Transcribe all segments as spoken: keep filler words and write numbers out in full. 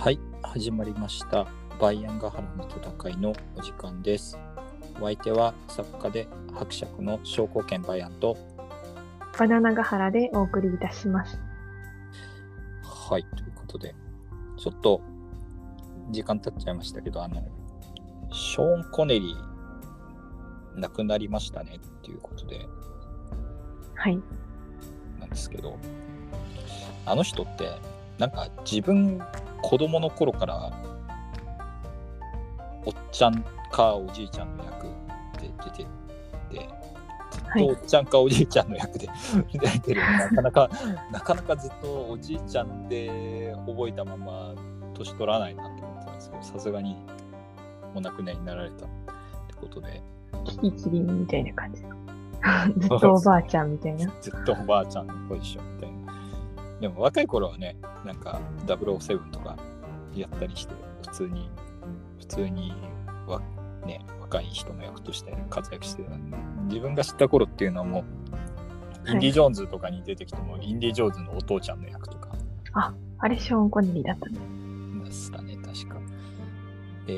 はい、始まりました。バイアンガハラの戦いのお時間です。お相手は作家で伯爵の商工研バイアンと、 バナナガハラでお送りいたします。 はい、ということで、ちょっと時間経っちゃいましたけど、あの、ショーン・コネリー亡くなりましたねっていうことで、 はい。 なんですけど、あの人って、なんか自分、子供の頃からおっちゃんかおじいちゃんの役で出てて、ずっとおっちゃんかおじいちゃんの役で出てる、なかなかなかなかずっとおじいちゃんで覚えたまま年取らないなと思ってたんですけど、さすがにお亡くなりになられたってことで、 キキキリンみたいな感じ。ずっとおばあちゃんみたいな。 ずっとおばあちゃんのポジションみたいな。でも若い頃はね、なんかダブルオーセブンとかやったりして、普通に普通にわ、ね、若い人の役として活躍してたんで、自分が知った頃っていうのはもう、インディ・ジョーンズとかに出てきても、はい、インディ・ジョーンズのお父ちゃんの役とか。 あ、あれショーン・コネリーだったね。 でしたね、確か。で、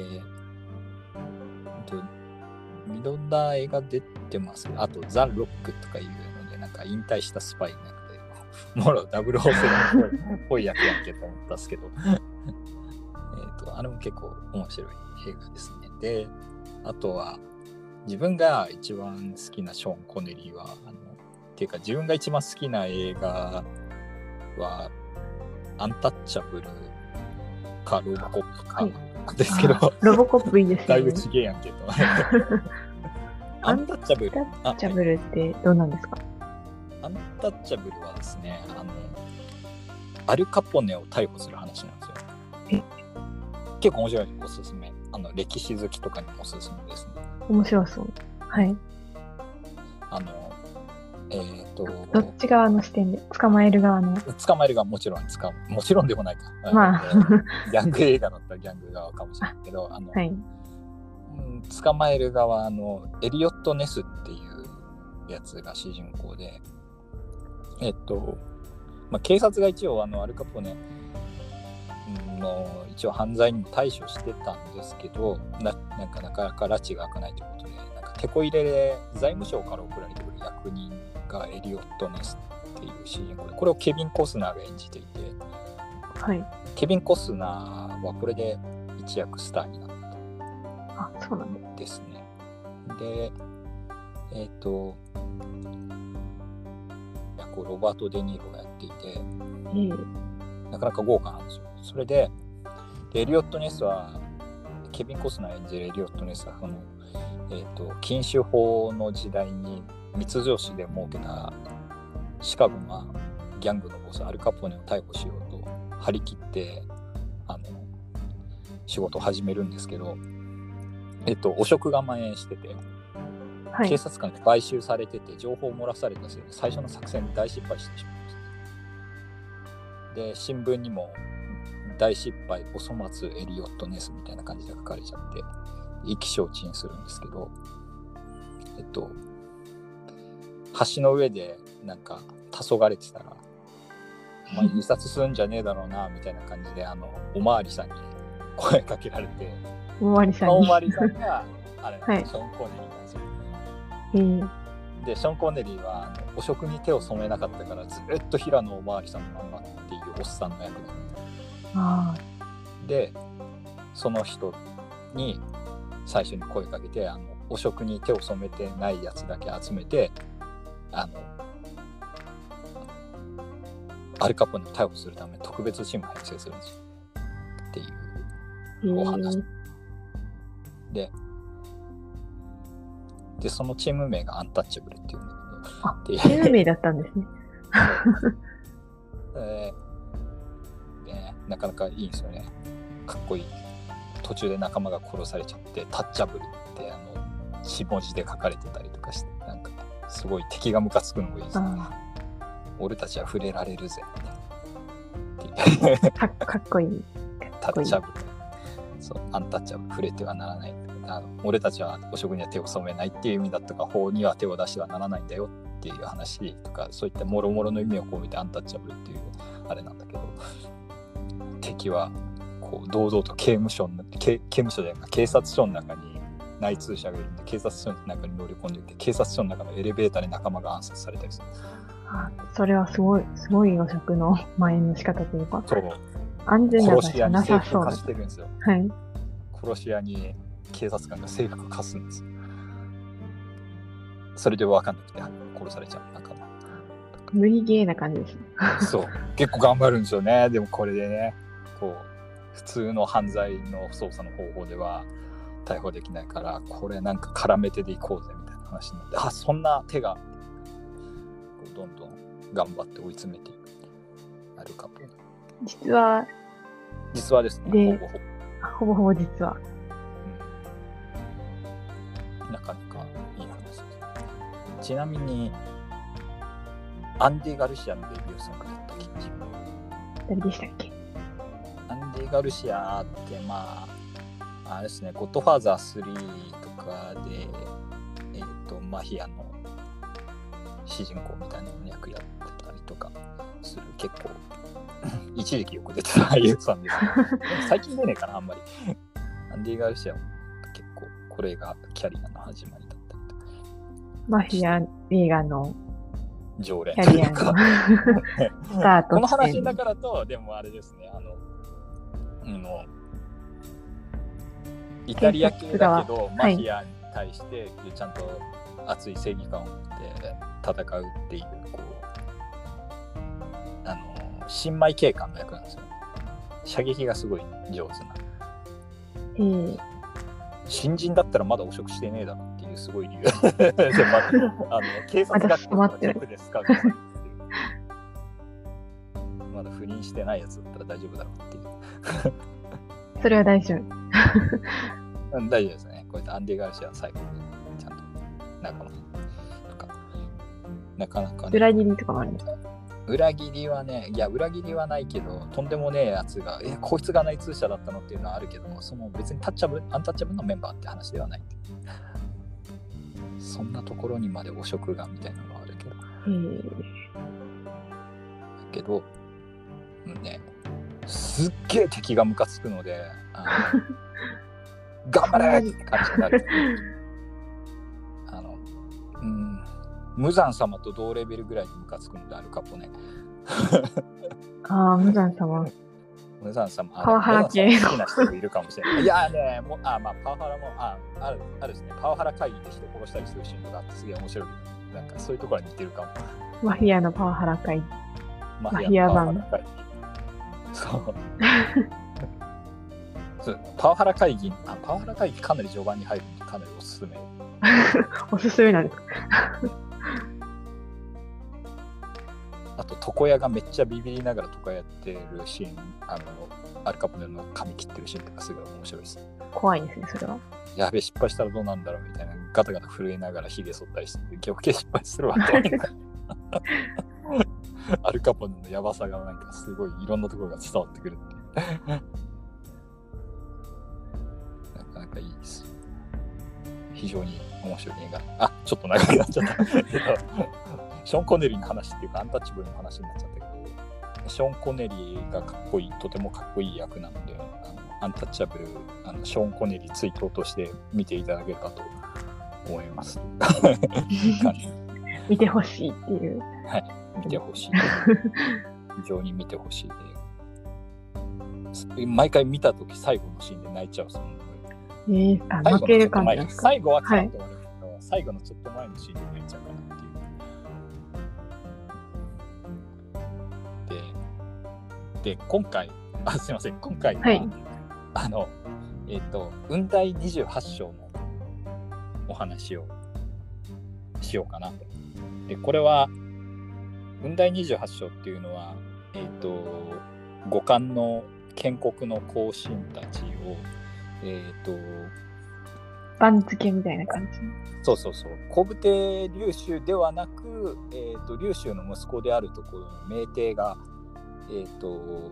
いろんな映画出てますけど、あとザ・ロックとかいうので、なんか引退したスパイの役で、もろダブルオーセブンっぽい役やんけと思ったんですけど、えっと、あれも結構面白い映画ですね。で、あとは自分が一番好きなショーン・コネリーは、あのっていうか自分が一番好きな映画はアンタッチャブルかロボコップか、はい、ですけど、 ロボコップいいですね。 だいぶちげえやんけと。アンタッチャブル。 アンタッチャブルってどうなんですか？ アンタッチャブルはですね、あのアルカポネを逮捕する話なんですよ。 え結構面白い、おすすめ。あの歴史好きとかにもおすすめですね。 面白そう。はい。 あのえっ、ー、とどっち側の視点で、捕まえる側の。 捕まえる側もちろん捕まもちろんでもないか。 まあギャング映画だったらギャング側かもしれないけど、あの、はい、うん、捕まえる側あのエリオット・ネスっていうやつが主人公で、えっと、まあ、警察が一応あのアルカポネの一応犯罪にも対処してたんですけど、な, なんかなかなか拉致が開かないということで、なんかテこ入れで財務省から送られてくる役人がエリオット・ネスっていう主人公で、これをケビン・コスナーが演じていて、 はい、 ケビン・コスナーはこれで一躍スターになった。 あ、そうなんだ。 ですね。で、えっ、ー、と、役をロバート・デ・ニーロがやっていて、 えー、 なかなか豪華なんですよ。それで、でエリオット・ネスは、ケビン・コスナー演じるエリオット・ネスは、その、えーと、禁酒法の時代に密造酒で儲けたシカゴのギャングのボスアルカポネを逮捕しようと張り切ってあの仕事を始めるんですけど、えっと、汚職が蔓延してて、はい、警察官に買収されてて情報を漏らされたせいで最初の作戦で大失敗してしまいました。で、新聞にも大失敗お粗末エリオット・ネスみたいな感じで書かれちゃって意気消沈するんですけど、えっと橋の上でなんか黄昏れてたらお前自殺するんじゃねえだろうなみたいな感じであのおまわりさんに声かけられて、 おまわりさんにおまわりさんがあれ、はい、ショーン・コーネリーなんですよ。 えー、 でショーン・コーネリーはあの汚職に手を染めなかったからずっと平野おまわりさんのまんまっていうおっさんの役だった。 あでその人に最初に声かけて、あの汚職に手を染めてないやつだけ集めてあのアルカポネを逮捕するために特別チームを編成するんですよっていうお話、えー、ででそのチーム名がアンタッチャブルっていうんだけど、 あ、チーム名だったんですね。 えーね、なかなかいいんですよね。かっこいい。途中で仲間が殺されちゃってタッチャブルってあの血文字で書かれてたりとかして、なんかすごい敵がムカつくのもいいですね。俺たちは触れられるぜみたいなか, かっこいいタッチャブル、そうアンタッチャブル、触れてはならない、あの俺たちは汚職には手を染めないっていう意味だとか、法には手を出してはならないんだよっていう話とか、そういったもろもろの意味を込めてアンタッチャブルっていうあれなんだけど、敵はこう堂々と刑務所の刑、刑務所じゃないか、警察署の中に内通者がいるんで、警察署の中に乗り込んでいて、警察署の中のエレベーターで仲間が暗殺されたりする。 あ、それはすごい、すごい汚職の蔓延の仕方というか、 そう、 安全な場殺し屋に所な制服化さそうな。 してるんですよ。 はい。 殺し屋に警察官が制服化すんですよ。それで分かんなくて殺されちゃう。なんか無理ゲーな感じです。 そう、結構頑張るんですよね。でもこれでね、こう普通の犯罪の捜査の方法では逮捕できないから、これなんか絡めてでいこうぜみたいな話になって、あ、そんな手がこうどんどん頑張って追い詰めていくアルカポネ。 実は、 実はですね、 でほぼほぼ、 ほぼほぼ実は。 うん、なかなかいい話です。ちなみにアンディ・ガルシアのデビューソングだったっけ？ 誰でしたっけ？ アンディ・ガルシアってまああれですね、ゴッドファーザースリーとかでえっ、ー、とマフィアの主人公みたいな役やってたりとかする、結構一時期よく出てた俳優さんです、ね、最近出ねえかなあんまり。アンディ・ガルシアも結構これがキャリアの始まりだったりとか、 マフィア映画の常連キャリアのスタートこの話だからと、でもあれですね、あの、うん、のイタリア系だけどマフィアに対してちゃんと熱い正義感を持って戦うっていう、こうあの新米警官の役なんですよ。射撃がすごい上手な。 えー、 新人だったらまだ汚職してねえだろっていうすごい理由で、まあの警察学校の塾でスカウトされてる。まだ不倫してないやつだったら大丈夫だろうっていう。 それは大丈夫。 大丈夫ですね。こうやってアンディ・ガルシアは最後にちゃんと仲間とか、なかなか、ね、 裏切りとかもあるんですか？ 裏切りはね、いや裏切りはないけど、とんでもねえやつが、え、こいつが内通者だったのっていうのはあるけど、その別にタッチャブル、アンタッチャブルのメンバーって話ではない。そんなところにまで汚職がみたいなのはあるけど。 えー、 だけど、ね、すっげえ敵がムカつくので、あの頑張れって感じになる。あの、うん、無惨様と同レベルぐらいにムカつくので、アルカポネ。 ああ、無惨様。 無惨様、 パワハラ系好きな人もいるかもしれない。いやね、もうあまあパワハラもああるあるですね。パワハラ会議で人殺したりするシーンがあってすげえ面白い。なんかそういうところに似てるかも。 マフィアのパワハラ会。 マフィア版。 そうそうパワハラ会議あ、パワハラ会議かなり序盤に入るのでかなりおすすめ。 おすすめなんですか？ あと床屋がめっちゃビビりながら床屋やってるシーン、あのアルカポネの髪切ってるシーンとかすごい面白いです。 怖いですね、それは。 やべえ、失敗したらどうなんだろうみたいな、ガタガタ震えながらヒゲ剃ったりして、余計失敗するわと思ってアルカポネのヤバさがなんかすごいいろんなところが伝わってくるっていうなかなかいいです。非常に面白い映画。あ、ちょっと長くなっちゃったショーン・コネリーの話っていうかアンタッチブルの話になっちゃったけど、ショーン・コネリーがかっこいい、とてもかっこいい役なので、あのアンタッチャブル、あのショーン・コネリー追悼として見ていただければと思います見てほしいっていう。 はい、見てほしい非常に見てほしいで、毎回見たとき最後のシーンで泣いちゃう。そのえー、あ、泣ける感じですか？ 最後はちゃんと終わるけど、はい、最後のちょっと前のシーンで泣いちゃうかなっていう。で、で今回、あ、すいません、今回は、はい、あの、えっと、雲台にじゅうはち章のお話をしようかなと。で、これは、雲台にじゅうはち章っていうのは、えっと、五冠の建国の後進たちを、えっと、 番付みたいな感じ。 そうそうそう。古武帝劉州ではなく、えっと、劉州の息子であるところの明帝が、えっと、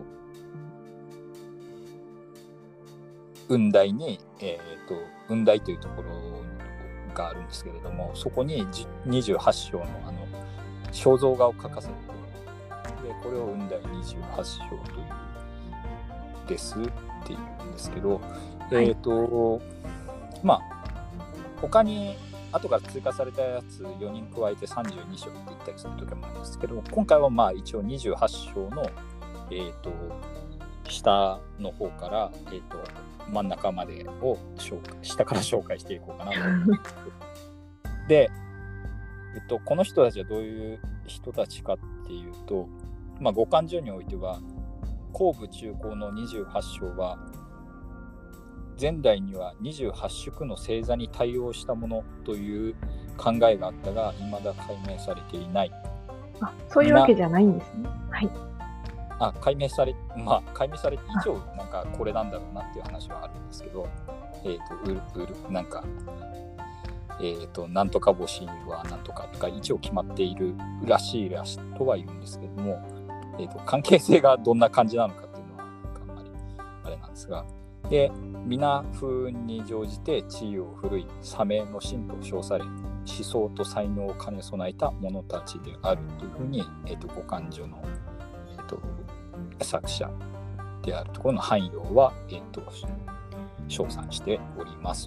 雲台に、えっと、雲台というところがあるんですけれども、そこににじゅうはち章のあの肖像画を描かせて、で、これを雲台にじゅうはち章というです。 っていうんですけど、 はい、 えっ、とまあ他に後から追加されたやつよにん加えてさんじゅうに章って言ったりする時もあるんですけど、今回はまあ一応にじゅうはち章の、えー、と下の方から、えー、と真ん中までを紹介下から紹介していこうかなと思います。で、えっと、この人たちはどういう人たちかっていうと、まあ、五感所においては後部中高のにじゅうはち章は前代にはにじゅうはち宿の星座に対応したものという考えがあったが未だ解明されていない。 あ、そういうわけじゃないんですね。はい。 あ、解明され、まあ解明されて一応なんかこれなんだろうなっていう話はあるんですけど、えっ、ー、とうるうるなんかえっ、ー、となんとか星はなんとかとか一応決まっているらしいらしいとは言うんですけども、えーと関係性がどんな感じなのかっていうのはあんまりあれなんですが。で、皆不運に乗じて地位を振るい、左命の神と称され、思想と才能を兼ね備えた者たちであるというふうに、えー、と五感所の、えー、と作者であるところの汎用は、えー、と称賛しております。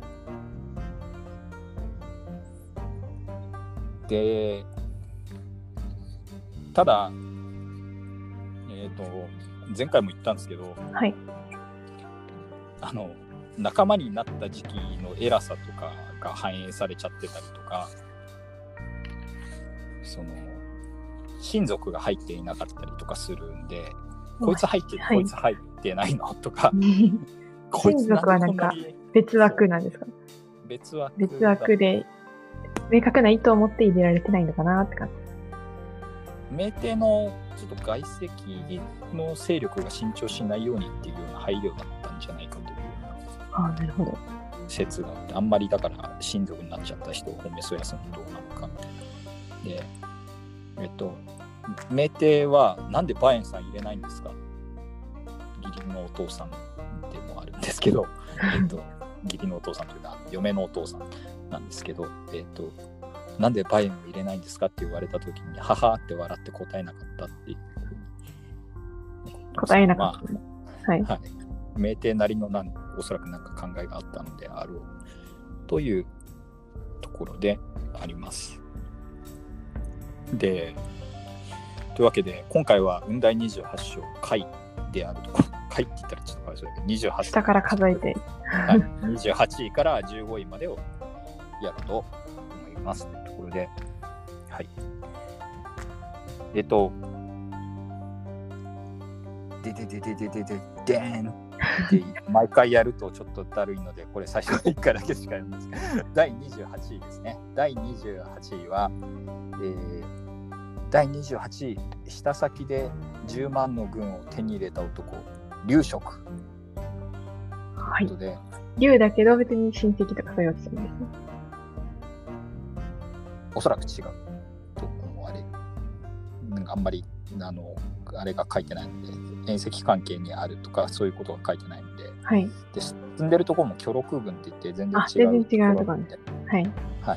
で、ただ、えー、と前回も言ったんですけど、 はい、 あの仲間になった時期の偉さとかが反映されちゃってたりとか、その親族が入っていなかったりとかするんで、こいつ入ってる、はい、こいつ入ってないのとかこいつ親族はなんか別枠なんですか？ 別枠別枠で明確な意図を持って入れられてないのかなって感じ。 明帝のちょっと外籍の勢力が伸長しないようにっていうような配慮だったんじゃないかというような、あ、なるほど、 説があって、あんまりだから親族になっちゃった人を褒めそやすのどうなのかみたいな。で、えっと明帝はなんでバエンさん入れないんですか？義理のお父さんでもあるんですけどえっと義理のお父さんというか嫁のお父さんなんですけど、えっとなんでバエンを入れないんですかって言われたときに、ははって笑って答えなかったっていうふうに答えなかった、ね、まあ、はい、 はい、明帝なりのなんおそらくなんか考えがあったのであろうというところであります。で、というわけで今回は雲台にじゅうはち章回であるところ、回って言ったらちょっとかわいそうだけどにじゅうはち下から数えて、 はい、にじゅうはちいからじゅうごいまでをやると思いますというところで、はい、えっとででででででででーんで毎回やるとちょっとだるいので、これ最初のいっかいだけしかやるんですけどだいにじゅうはちいですね。だいにじゅうはちいは、えー、だいにじゅうはちい、下先でじゅうまんの軍を手に入れた男、劉職。 はい。 ということで、 劉だけど別に親戚とかそういうわけじゃないですね。 おそらく違うと思われる。なんかあんまりあのあれが書いてないので、遠戚関係にあるとかそういうことが書いてないので、 はい、 で住んでるところも巨録郡って言って全然違うところ。 あ、全然違うところで、はい、 はい。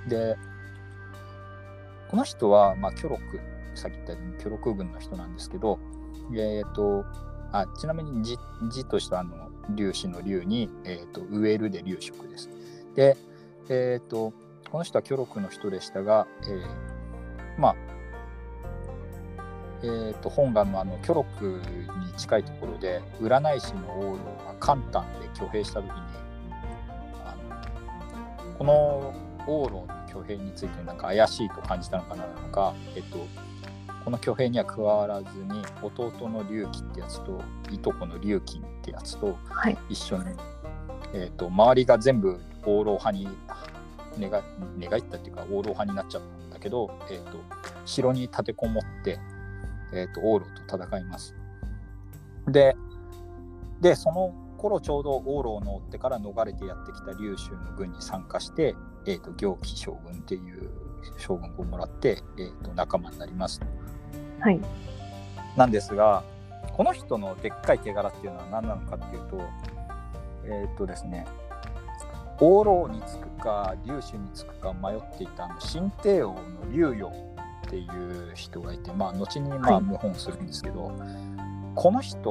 で、この人はまあ巨録、さっき言ったように巨録郡の人なんですけど、えっ、ー、とあちなみに字字としてはあの粒子の粒に、えー、と植えるで粒職です。で、えっ、ー、とこの人は巨録の人でしたが、えー、まあえー、と本願のあの巨録に近いところで占い師の王老が簡単で挙兵したときに、あのこの王老の挙兵についてなんか怪しいと感じたのかなのか、えっと、この挙兵には加わらずに弟の隆起ってやつといとこの隆起ってやつと一緒に、はい、えっと、周りが全部王老派に寝が寝返ったっていうか王老派になっちゃったんだけど、えっと、城に立てこもってえー、と王老と戦います。で、でその頃ちょうど王老の追ってから逃れてやってきた劉州の軍に参加して、えー、と行基将軍っていう将軍をもらって、えー、と仲間になります。 はい。 なんですが、この人のでっかい手柄っていうのは何なのかっていうと、えっ、ー、とですね、王老につくか劉州につくか迷っていた新帝王の劉陽っていう人がいて、まあ、後にまあ謀反するんですけど、はい、この人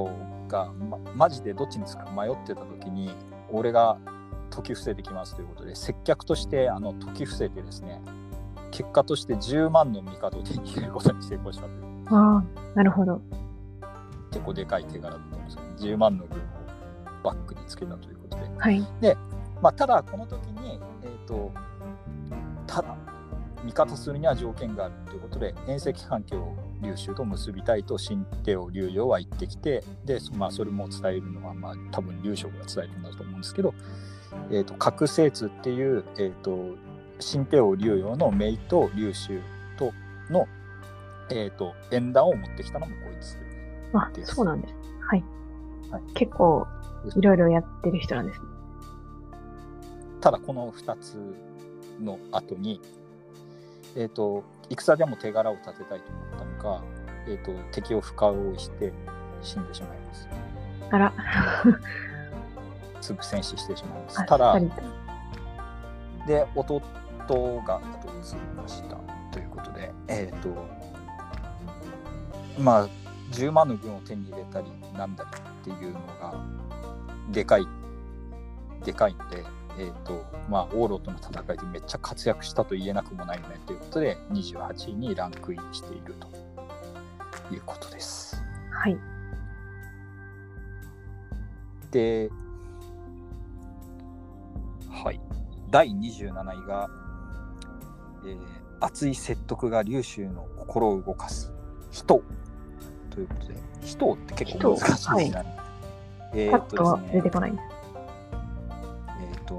が、ま、マジでどっちにつくか迷ってた時に俺が解き伏せてきますということで接客としてあの解き伏せてですね、結果としてじゅうまんの帝を手に入れることに成功したという。 ああ、なるほど。 結構でかい手柄だと思うんですけど、じゅうまんの軍をバックにつけたということで、 はい。 で、まあ、ただこの時に、えーと、ただ味方するには条件があるということで、遠赤関係を劉州と結びたいと新帝王劉陽は言ってきて、で、まあ、それも伝えるのは、まあ、多分劉将が伝えるんだと思うんですけど、えーと、郭聖通っていう、えーと、新帝王劉陽の姪と劉州との、えーと、縁談を持ってきたのもこいつ。 あ、そうなんです。はい。 はい、 結構いろいろやってる人なんですね。 ただこのふたつの後に、えーと、戦でも手柄を立てたいと思ったのか、えーと、敵を深追いして死んでしまいます。 あら。 潰戦死してしまいます。ただ、で、弟が後に継ぎましたということで、えっと、まあ、じゅうまんの軍を手に入れたりなんだりっていうのがでかい、でかいので、えっと、まあ、オーロとの戦いでめっちゃ活躍したと言えなくもないよねということで、にじゅうはちいにランクインしているということです。 はい。 で、はい、だいにじゅうなないが、えー、熱い説得が劉州の心を動かす人ということで、人って結構難しいですね。はい、 えー、っとですね、出てこないんです。 えー、っと、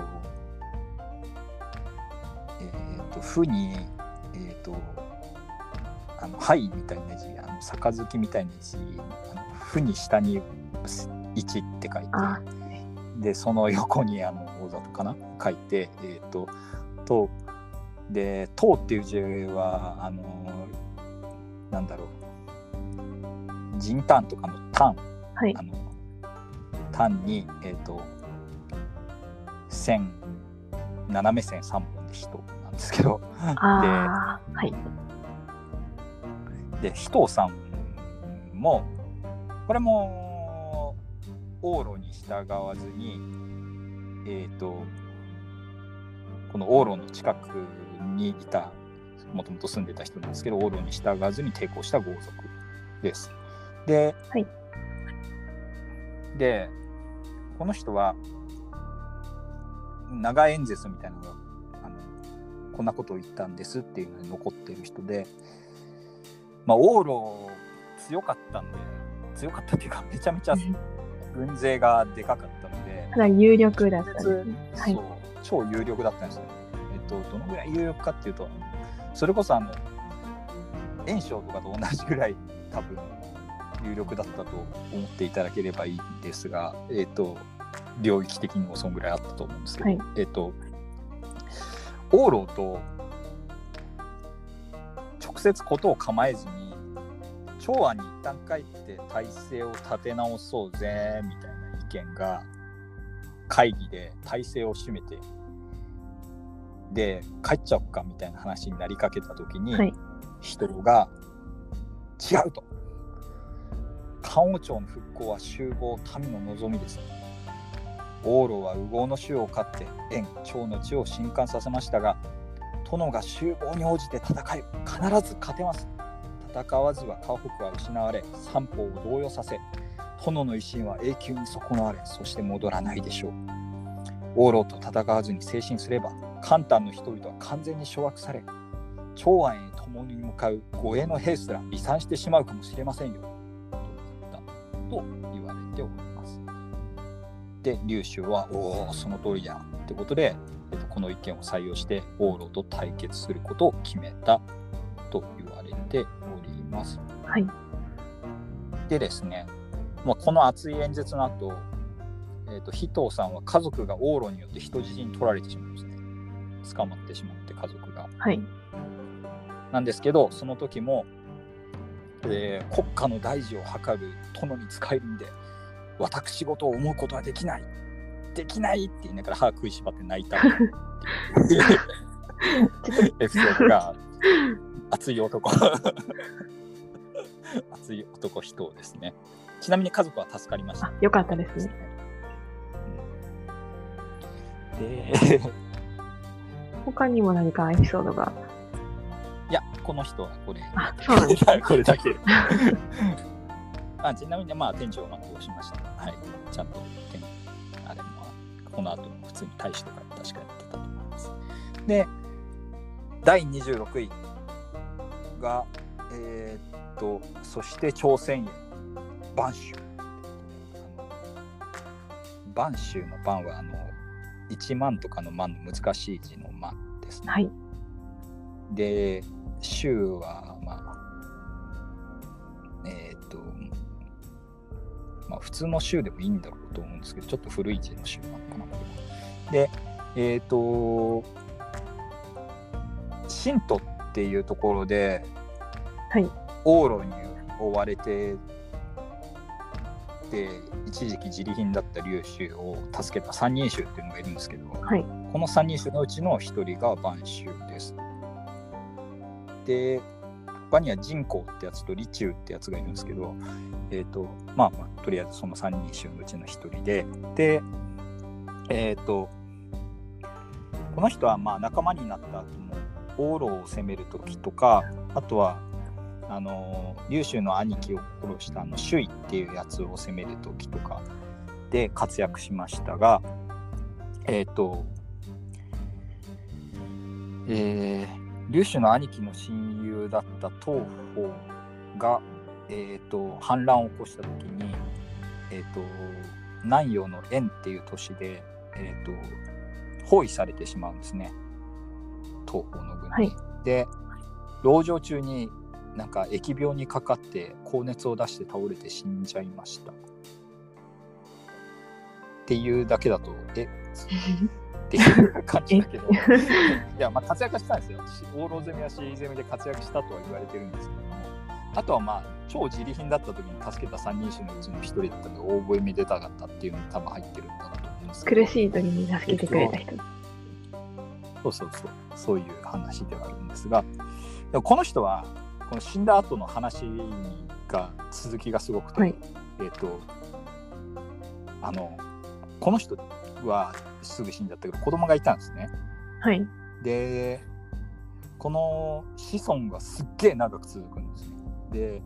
えー、っと、ふに、えー、っと、あの、はいみたいな字、あの、杯みたいな字、あのふに下にいちって書いて、で、その横にあの大里かな書いて、えっと、と、で、とうっていう字は、あの、なんだろう、人丹とかの丹、 はい、 あの丹に、えっと、線、斜め線さんぼんで人なんですけど、 あで、はい、 で、人さんも、これも、往路に従わずに、えーと、この往路の近くにいた、もともと住んでた人なんですけど、往路に従わずに抵抗した豪族です。で、 はい、 で、この人は長い演説みたいなのがあのこんなことを言ったんですっていうのに残っている人で、まあ、往路強かったんで、強かったっていうかめちゃめちゃ軍勢がでかかったので、 かなり有力だったんですね。 はい、そう、超有力だったんですよ。えっと、どのぐらい有力かっていうと、それこそあの袁紹とかと同じぐらい多分有力だったと思っていただければいいんですが、えっと、領域的にもそんぐらいあったと思うんですけど、はい、えっと、往路と直接事を構えずに、長安に一旦帰って体制を立て直そうぜみたいな意見が会議で体制を占めて、で帰っちゃおうかみたいな話になりかけた時に、はい、人が違うと、漢王朝の復興は衆望民の望みです。往路は右往の衆を勝って燕趙の地を震撼させましたが、殿が衆望に応じて戦い必ず勝てます。戦わずは河北は失われ、三方を動揺させ、殿の威信は永久に損なわれ、そして戻らないでしょう。往路と戦わずに精進すれば、簡単の人々は完全に掌握され、長安へ共に向かう護衛の兵すら離散してしまうかもしれませんよ、と言ったと言われております。で、劉州は、おお、その通りだってことで、えっと、この意見を採用して往路と対決することを決めたと言われております。 はい。 でですね、まあ、この熱い演説の後、えっと、飛藤さんは家族が往路によって人質に取られてしまうんですね。捕まってしまって家族が。 はい。 なんですけど、その時も、えー、国家の大事を図る殿に仕えるんで、私事を思うことはできないできないって言いながら歯食いしばって泣いたっていうエピソードが熱い男熱い男人ですね。 ちなみに家族は助かりました。 あ、よかったですね。 で他にも何かエピソードが。 いや、この人はこれあ、そうなんですねこれだけあ、ちなみにまあ店長は全うしました。はい、ちゃんと店あれもこの後普通に大使とか確かやってたと思います。でだいにじゅうろくいがえー、っとそして朝鮮へ播州。播州の番はあのいちまんとかの万の難しい字の万ですね。 はい。 で州はまあえー、っとまあ普通の州でもいいんだろうと思うんですけど、ちょっと古い字の州なのかな。でえー、っと新都っていうところで、 はい、 往路に追われてで一時期自利品だった劉州を助けた三人衆っていうのがいるんですけど、 はい、 この三人衆のうちの一人が播州です。で他には人口ってやつと李中ってやつがいるんですけど、えーとまあ、まあとりあえずその三人衆のうちの一人で、でえっ、ー、とこの人はまあ仲間になった後も往路を攻める時とか、あとはあの劉州の兄貴を殺したあの朱衣っていうやつを攻める時とかで活躍しましたが、えっ、ー、とえー劉州の兄貴の親友だった東方が、えー、と反乱を起こした時に、えー、と南陽の延っていう都市で、えー、と包囲されてしまうんですね、東方の軍に、はい、で籠城中になんか疫病にかかって高熱を出して倒れて死んじゃいましたっていうだけだとえっていう感じだけどいやまあ活躍したんですよ。往路攻めやシー攻めで活躍したとは言われてるんですけども、あとはまあ超自利品だった時に助けた三人衆のうちの一人だったので大声めでたかったっていうのが多分入ってるんだなと思うんですけど、 苦しい時に助けてくれた人、 そうそうそうそういう話ではあるんですが、でもこの人はこの死んだ後の話が続きがすごくて、はい、えっ、ー、とあのこの人はすぐ死んじゃったけど子供がいたんですね。 はい。 でこの子孫がすっげえ長く続くんですね。で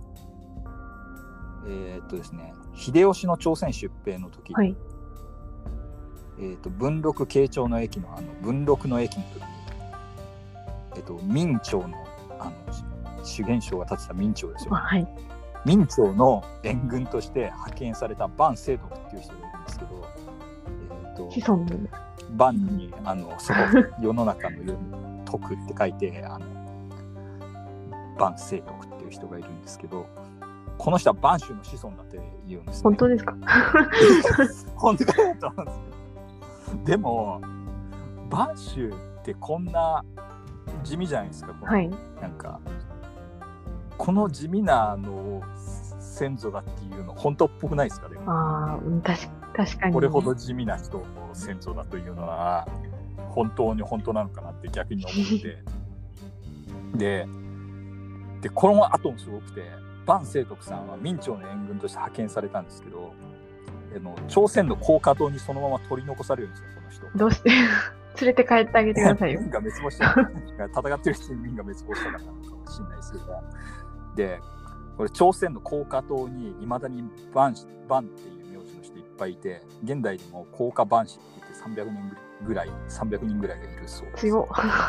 えー、っとですね秀吉の朝鮮出兵の時、 はい、 えー、っと文禄慶長の役のあの文禄の役の時に、えー、っと明朝のあの主元将が立てた明朝ですよ、 はい、 明朝の援軍として派遣された万清徳っていう人がいるんですけど、えー、と子孫万にあのその世の中の世に徳って書いてあの万清徳っていう人がいるんですけど、この人は播州の子孫だって言うんですね。 本当ですか？ 本当かなと思うんですけど、でも播州ってこんな地味じゃないですか。このはい、 なんかこの地味なの先祖だっていうの本当っぽくないですか？でもああ、確かにこれほど地味な人の先祖だというのは本当に本当なのかなって逆に思ってででこの後もすごくて、万清徳さんは明朝の援軍として派遣されたんですけど、あの朝鮮の高架島にそのまま取り残されるんですよ、この人。 どうして連れて帰ってあげてくださいよ。 明が滅亡した戦ってる人に明が滅亡したからなのかもしれないですけど、でこれ朝鮮の高架島にいまだに万万っていう名字の人いっぱいいて、現代でも高架万氏って言ってさんびゃくにんぐらいさんびゃくにんぐらいがいるそうです。 強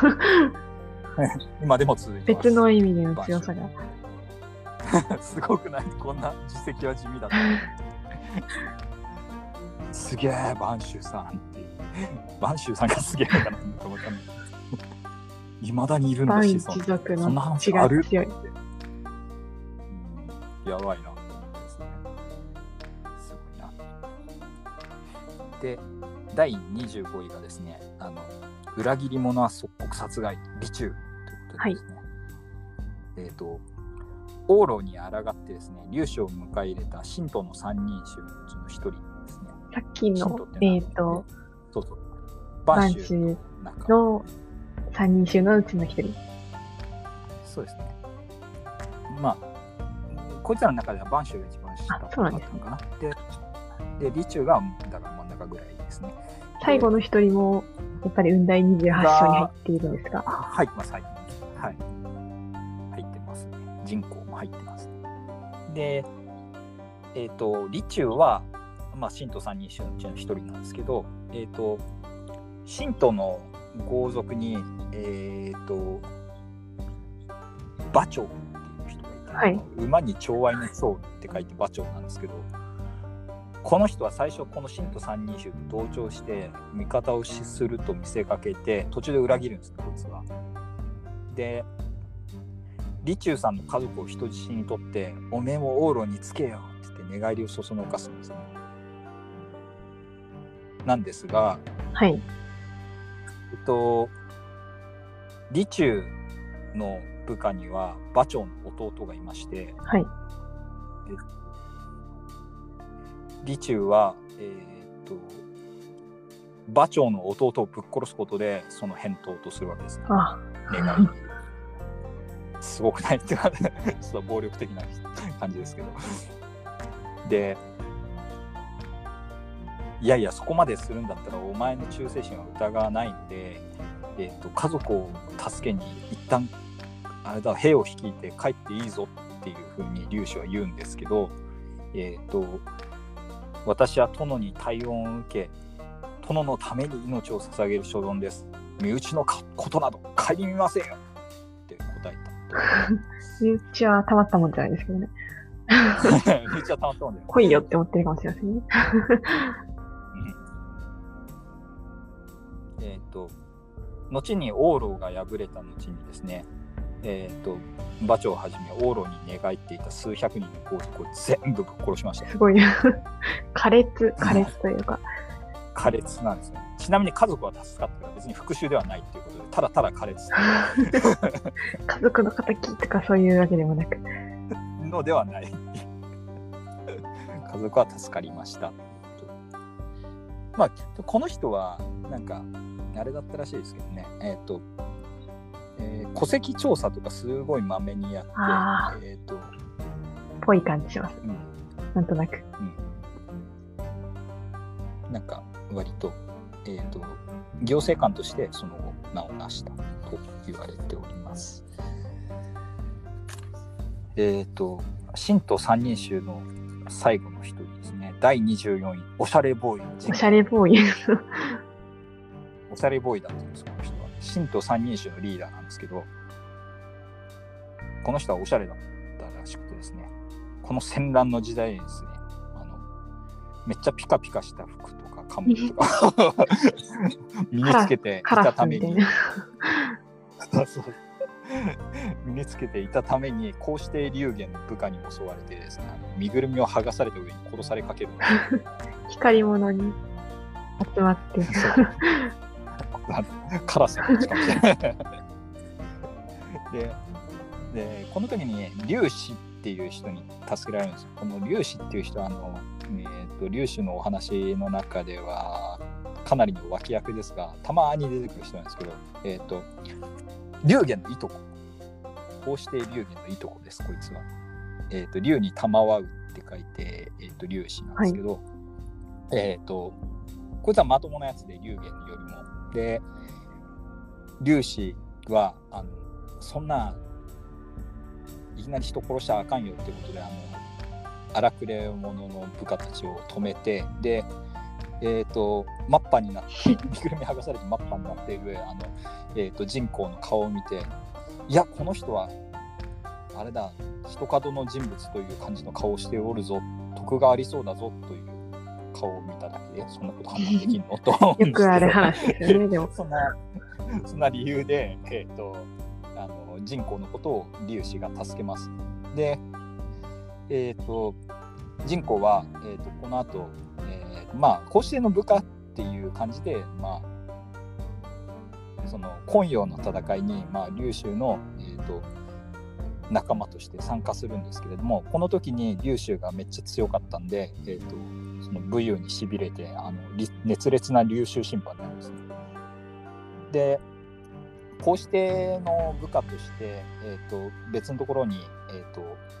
今でも続いてます。 別の意味での強さがすごくない？こんな実績は地味だったすげえ播州さんっていう播州さんがすげえのかなと思ったんだけど、いまだにいるんだし、 万一族の血が強い。 やばいなと思ってですね。すごいな。で、だいにじゅうごいがですね、あの裏切り者は即刻殺害、李中ということでですね。はい、えっ、ー、と往路に抗ってですね、劉氏を迎え入れた新都の三人衆のうちの一人ですね。 さっきのえっ、ー、と、 そうそう、 播州の三人衆のうちの一人。 そうですね。まあこいつらの中では播州が一番したかあそうなんですねったかな。で、で、李中がだから真ん中ぐらいですね。 最後の一人も、やっぱり雲台にじゅうはち将に入っているんですか？ あ入ってます、入ってます。はい。入ってますね。人口も入ってます。で、えっ、と、李中は、まあ、神道三人衆のうちの一人なんですけど、えっ、と、神道の豪族に、えっ、と、馬長っていう人がいて、 はい馬に寵愛の長って書いて馬長なんですけど、この人は最初この神道三人衆と同調して味方を視すると見せかけて途中で裏切るんですね、こいつは。で、李中さんの家族を人質にとっておめえも往路につけよって言って寝返りをそそのかすんですね。なんですが、 はい。 えっと李中の部下には馬長の弟がいまして、 はい。 李中は、えー、と馬長の弟をぶっ殺すことでその返答とするわけですね。 あ、 願いすごくないっていうかちょっと暴力的な感じですけど、で、いやいやそこまでするんだったらお前の忠誠心は疑わないんで、えー、と家族を助けに一旦あれだ兵を率いて帰っていいぞっていうふうに劉氏は言うんですけど、えー、と私は殿に対応を受け殿のために命を捧げる所存です。身内のことなど顧みませんよって答えた。 身内はたまったもんじゃないですけどね。 身内はたまったもんで来いよって思ってるかもしれませんね。 えっと後に往路が敗れた後にですね、えっと馬長をはじめ往路に寝返っていた数百人の豪族を全部ぶっ殺しました。 すごい苛烈苛烈というか苛烈なんですよ。ちなみに家族は助かったから別に復讐ではないっていうことでただただ苛烈家族の敵とかそういうわけでもなくのではない家族は助かりました。まあこの人はなんかあれだったらしいですけどね、えっ、ー、と、えー、戸籍調査とかすごいまめにやって、えっ、ー、とぽい感じします、うん、なんとなく、 うん、なんか割と、えー、と行政官としてその後名を成したと言われております。えっ、ー、と神道三人衆の最後の一人ですね、だいにじゅうよんいおしゃれボーイ。 おしゃれボーイおしゃれボーイだったんです。この人は神道三人衆のリーダーなんですけど、この人はおしゃれだったらしくてですね、この戦乱の時代にですね、あのめっちゃピカピカした服とかカモとか身につけていたために身につけていたためにこうして龍玄の部下に襲われてですね、あの身ぐるみを剥がされた上に殺されかける光り物に集まってカラスの口かもしれないで, でこの時に劉氏っていう人に助けられるんですよ。この劉氏っていう人はあの、えー、と劉氏のお話の中ではかなりの脇役ですが、たまに出てくる人なんですけど、えー、と龍玄のいとこ、こうして龍玄のいとこです。こいつは、えー、と龍に賜うって書いて、えー、と劉氏なんですけど、はい、えっ、ー、とこいつはまともなやつで龍玄よりもで、劉氏はあのそんないきなり人殺しちゃあかんよってことで、あの荒くれ者の部下たちを止めて、でえっ、ー、とマッパになって身ぐるみ剥がされてマッパになっているあの、えー、と人口の顔を見て、いやこの人はあれだ人角の人物という感じの顔をしておるぞ、徳がありそうだぞという顔を見ただけでそんなこと判断できるのと思うんですけどよくある話ですよね。でもそんなそんな理由で、えー、とあの人口のことを劉氏が助けます。で、えー、と人口は、えー、とこの後、えー、まあ公使の部下っていう感じで、まあ、その昆陽の戦いに、まあ、劉州の、えー、と仲間として参加するんですけれども、この時に劉州がめっちゃ強かったんで、えー、とその武勇にしびれてあの熱烈な劉州審判になるんですね。でこうしての部下として、えー、と別のところに、えー、と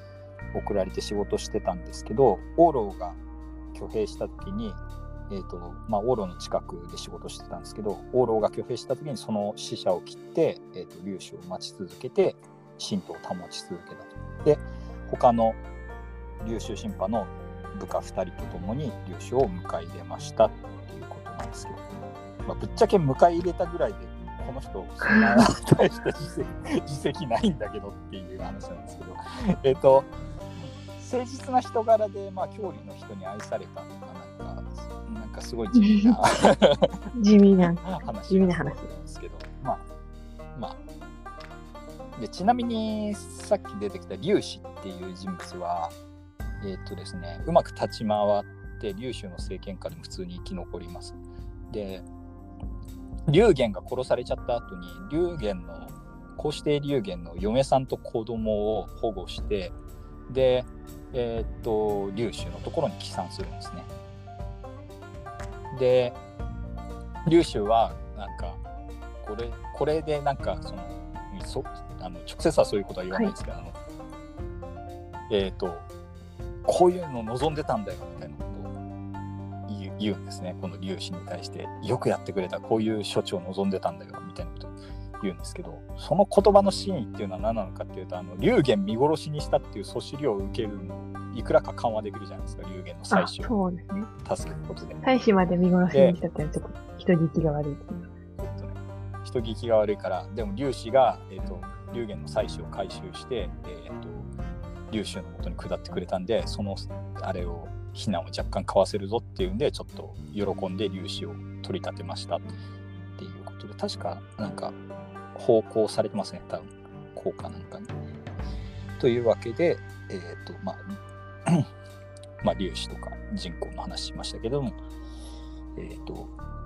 送られて仕事してたんですけど、王老が挙兵した時に、えーとまあ、王老の近くで仕事してたんですけど、王老が挙兵した時にその使者を切って、えーと劉氏を待ち続けて神道を保ち続けたと。で他の劉州神派の部下ふたりと共に劉氏を迎え入れましたっていうことなんですけど、まあ、ぶっちゃけ迎え入れたぐらいでこの人そんな大した実績、実績ないんだけどっていう話なんですけど、えっと誠実な人柄で、まあ、郷里の人に愛されたとか、なんかなんかすごい地味な地味な話地味な話なんですけど、まあまあでちなみにさっき出てきた劉氏っていう人物はえっとですね、うまく立ち回って劉州の政権下でも普通に生き残ります。で劉玄が殺されちゃった後に劉玄のこうして劉玄の嫁さんと子供を保護して、でえー、っと劉州のところに帰参するんですね。で劉州はなんかこれこれでなんかそのそあの直接はそういうことは言わないですけど、はい、えー、っとこういうのを望んでたんだよみたいなことを言う、言うんですね。この劉氏に対してよくやってくれた、こういう処置を望んでたんだよみたいなことを言うんですけど、その言葉の真意っていうのは何なのかっていうと、あの劉玄見殺しにしたっていう訴訟料を受けるのをいくらか緩和できるじゃないですか、劉玄の妻子を助けることで。 妻子まで見殺しにしたってちょっと人聞きが悪いですね。 ちょっとね、人聞きが悪いから、でも劉氏が、えーと、劉玄の妻子を回収して、えーと劉州の元に下ってくれたんで、そのあれを非難を若干かわせるぞっていうんで、ちょっと喜んで劉氏を取り立てましたっていうことで、確かなんか奉公されてますね、多分効果なんかに。というわけで、えーとまあまあ劉氏とか人口の話しましたけども、えーと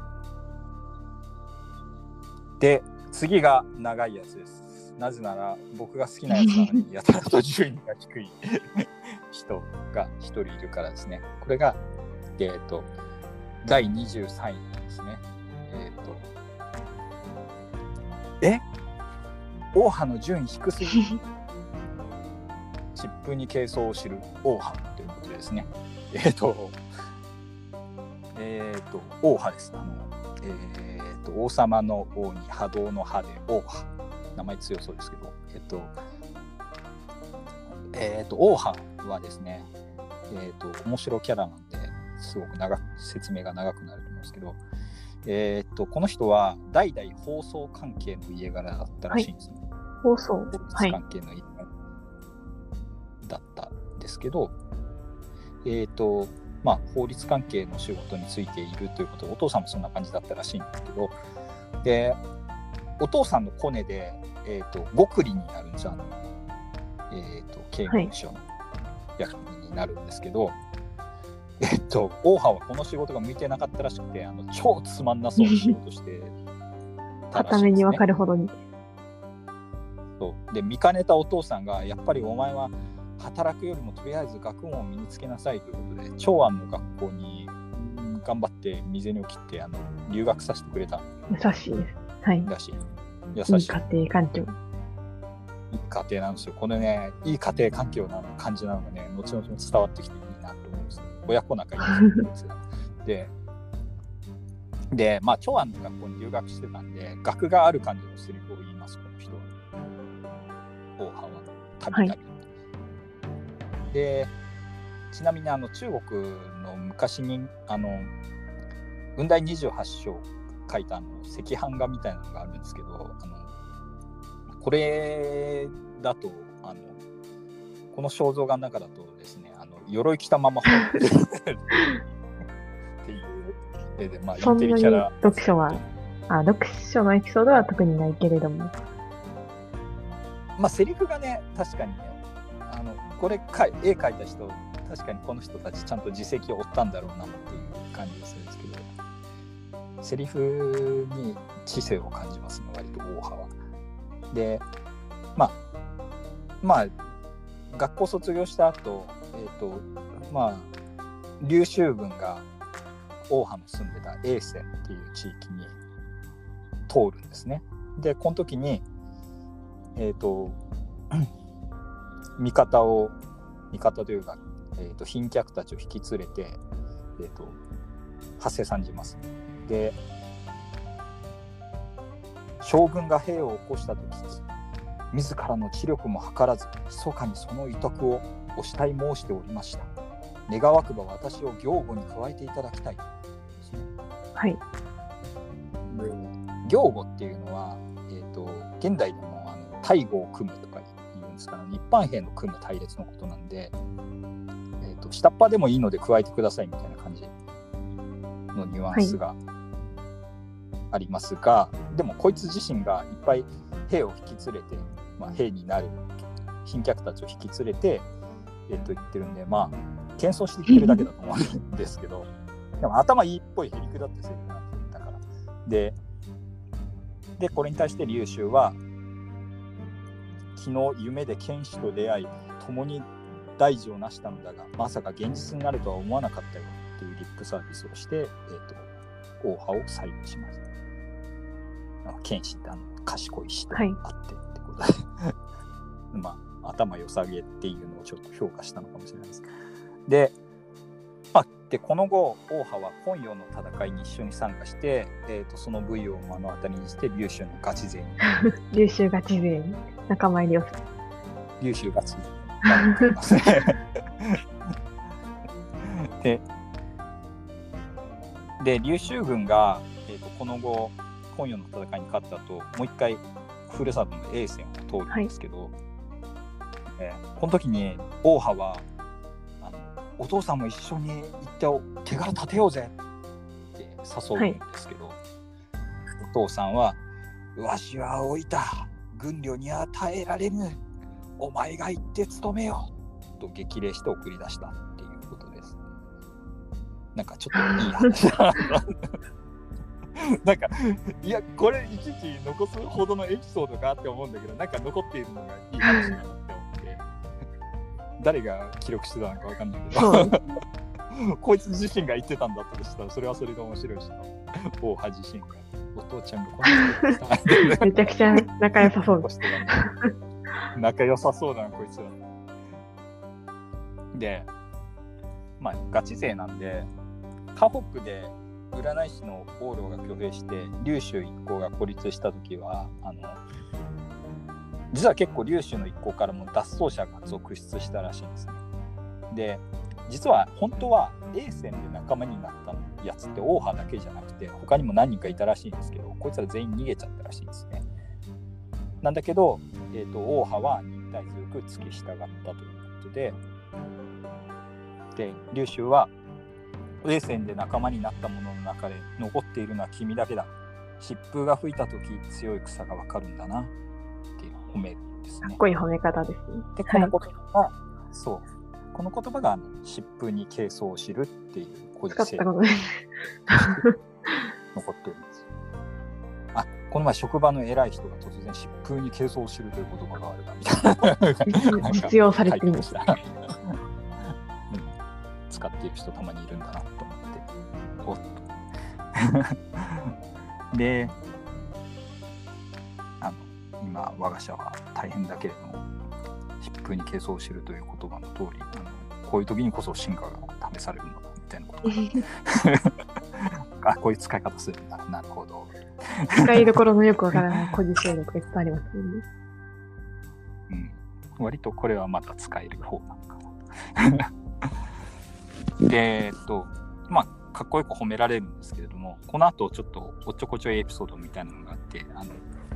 で次が長いやつです。なぜなら僕が好きなやつなのにやたらと順位が低い人が一人いるからですね。これが、えーと、だいにじゅうさんいですね。えっと、え王派の順位低すぎ疾風に軽装を知る王派ということでですね。えっ、ー、と、えっ、ー、と、王派です。あの、えっ、ー、と、王様の王に波動の波で王派。名前強そうですけど、えっと、えっと、王派はですね、えっと、面白キャラなんで、すごく長く、説明が長くなると思うんですけど、えっと、この人は代々放送関係の家柄だったらしいんですね。 はい、放送法律関係の家柄だったんですけど、はい、えっと、まあ、法律関係の仕事についているということで、お父さんもそんな感じだったらしいんですけど、で、お父さんのコネで、えーと、極利になるんですよ。えーと、刑務所の役人になるんですけど、はい、えーと、王派はこの仕事が向いてなかったらしくて、あの超つまんなそうな仕事してたらしいですね。片目に分かるほどに。 そうで、見かねたお父さんが、やっぱりお前は働くよりもとりあえず学問を身につけなさいということで、長安の学校に頑張って身銭を切ってあの留学させてくれた。 優しいです。はい、 だし優しい。いい家庭環境。 いい家庭なんですよ。これね、いい家庭環境な感じなのがね、後々伝わってきていいなと思うんですよ。親子仲いいんですよ。で、で、まあ、長安の学校に留学してたんで、学がある感じのセリフを言います、この人は。王派は、たびたび。はい、で、ちなみにあの中国の昔に、あの、雲台にじゅうはち章書いたあの赤版画みたいなのがあるんですけど、あのこれだとあのこの肖像画の中だとですね、あの鎧着たまま本っていう絵で、まあ、インテリキャラ。 読書はあ読書のエピソードは特にないけれども、 まあセリフがね、確かにね、あのこれか絵描いた人、確かにこの人たちちゃんと実績を負ったんだろうなっていう感じがするんですけど、セリフに知性を感じますね、割と王派は。で、まあ、まあ、学校卒業した後、えっと、まあ、劉州軍が王派の住んでた永泉っていう地域に通るんですね。で、この時に、えっと、味方を味方というか、えー、と賓客たちを引き連れて、えー、と発生さんじます。で、将軍が兵を起こしたと聞き、自らの知力も図らず密かにその委託をお慕い申しておりました。願わくば私を行語に加えていただきたいですね。 はい。 で、行語っていうのは、えー、と現代でもあの大語を組むとか言うんですから、一般兵の組む隊列のことなんで、えー、と下っ端でもいいので加えてくださいみたいな感じのニュアンスがありますが、はい、でもこいつ自身がいっぱい兵を引き連れて、まあ、兵になる賓客たちを引き連れて、えー、と言ってるんで、まあ謙遜して言ってるだけだと思うんですけどでも頭いいっぽいへりくだってセリフなんだから。ででこれに対して劉州は、昨日夢で剣士と出会い共に大事を成したのだが、まさか現実になるとは思わなかったよっていうリップサービスをして、えー、と王派を採用します。剣士ってあの賢い人があってってことで、はい、まあ頭良さげっていうのをちょっと評価したのかもしれないです。で、まあ、でこの後王派は昆陽の戦いに一緒に参加して、えー、とその部位を目の当たりにして劉州のガチ勢に劉州ガチ勢に仲間入りをする。 劉州ガチ勢にますねでで劉州軍が、えー、とこの後昆陽の戦いに勝った後、もう一回ふるさとの永泉を通るんですけど、はい、えー、この時に王派はあのお父さんも一緒に行って手柄立てようぜって誘うんですけど、はい、お父さんはわしは老いた軍領には耐えられぬ、お前が行って務めよと激励して送り出したっていうことです。なんかちょっといい話だなんかいやこれいちいち残すほどのエピソードかって思うんだけど、なんか残っているのがいい話だなって思って誰が記録してたのか分かんないけどこいつ自身が言ってたんだとしたらそれはそれで面白いし、王派自身がお父ちゃんがこんなことしためちゃくちゃ仲良さそう仲良さそうだなこいつは。でまあガチ勢なんで、河北で占い師の王老が挙兵して劉州一行が孤立した時は、あの実は結構劉州の一行からも脱走者が続出したらしいんですね。で実は本当は永泉で仲間になったやつって王派だけじゃなくて他にも何人かいたらしいんですけど、こいつら全員逃げちゃったらしいんですね。なんだけど、えーと、王派は忍耐強く付き従ったということで、で劉州は永泉で仲間になった者の中で残っているのは君だけだ。疾風が吹いた時強い草がわかるんだなって褒めるんですね。 かっこいい褒め方ですね。 でこの言葉が、はい、そうこの言葉があの疾風に傾訴を知るっていう故事性が残っているんです。あ、この前職場の偉い人が突然疾風に傾訴を知るという言葉があるかみたいな必要されてるんですね。使っている人たまにいるんだなと思って、おっとで、あの今我が社は大変だけれども疾風に傾訴を知るという言葉の通り、あのこういう時にこそ進化が試されるのだみたいなことあ、こういう使い方するんだ、なるほど。 使いどころのよくわからない個人勢力がいっぱいありますよね。 うん、割とこれはまた使える方なのかなで、えっと、まあ、かっこよく褒められるんですけれども、この後ちょっとおっちょこちょいエピソードみたいなのがあって、あの、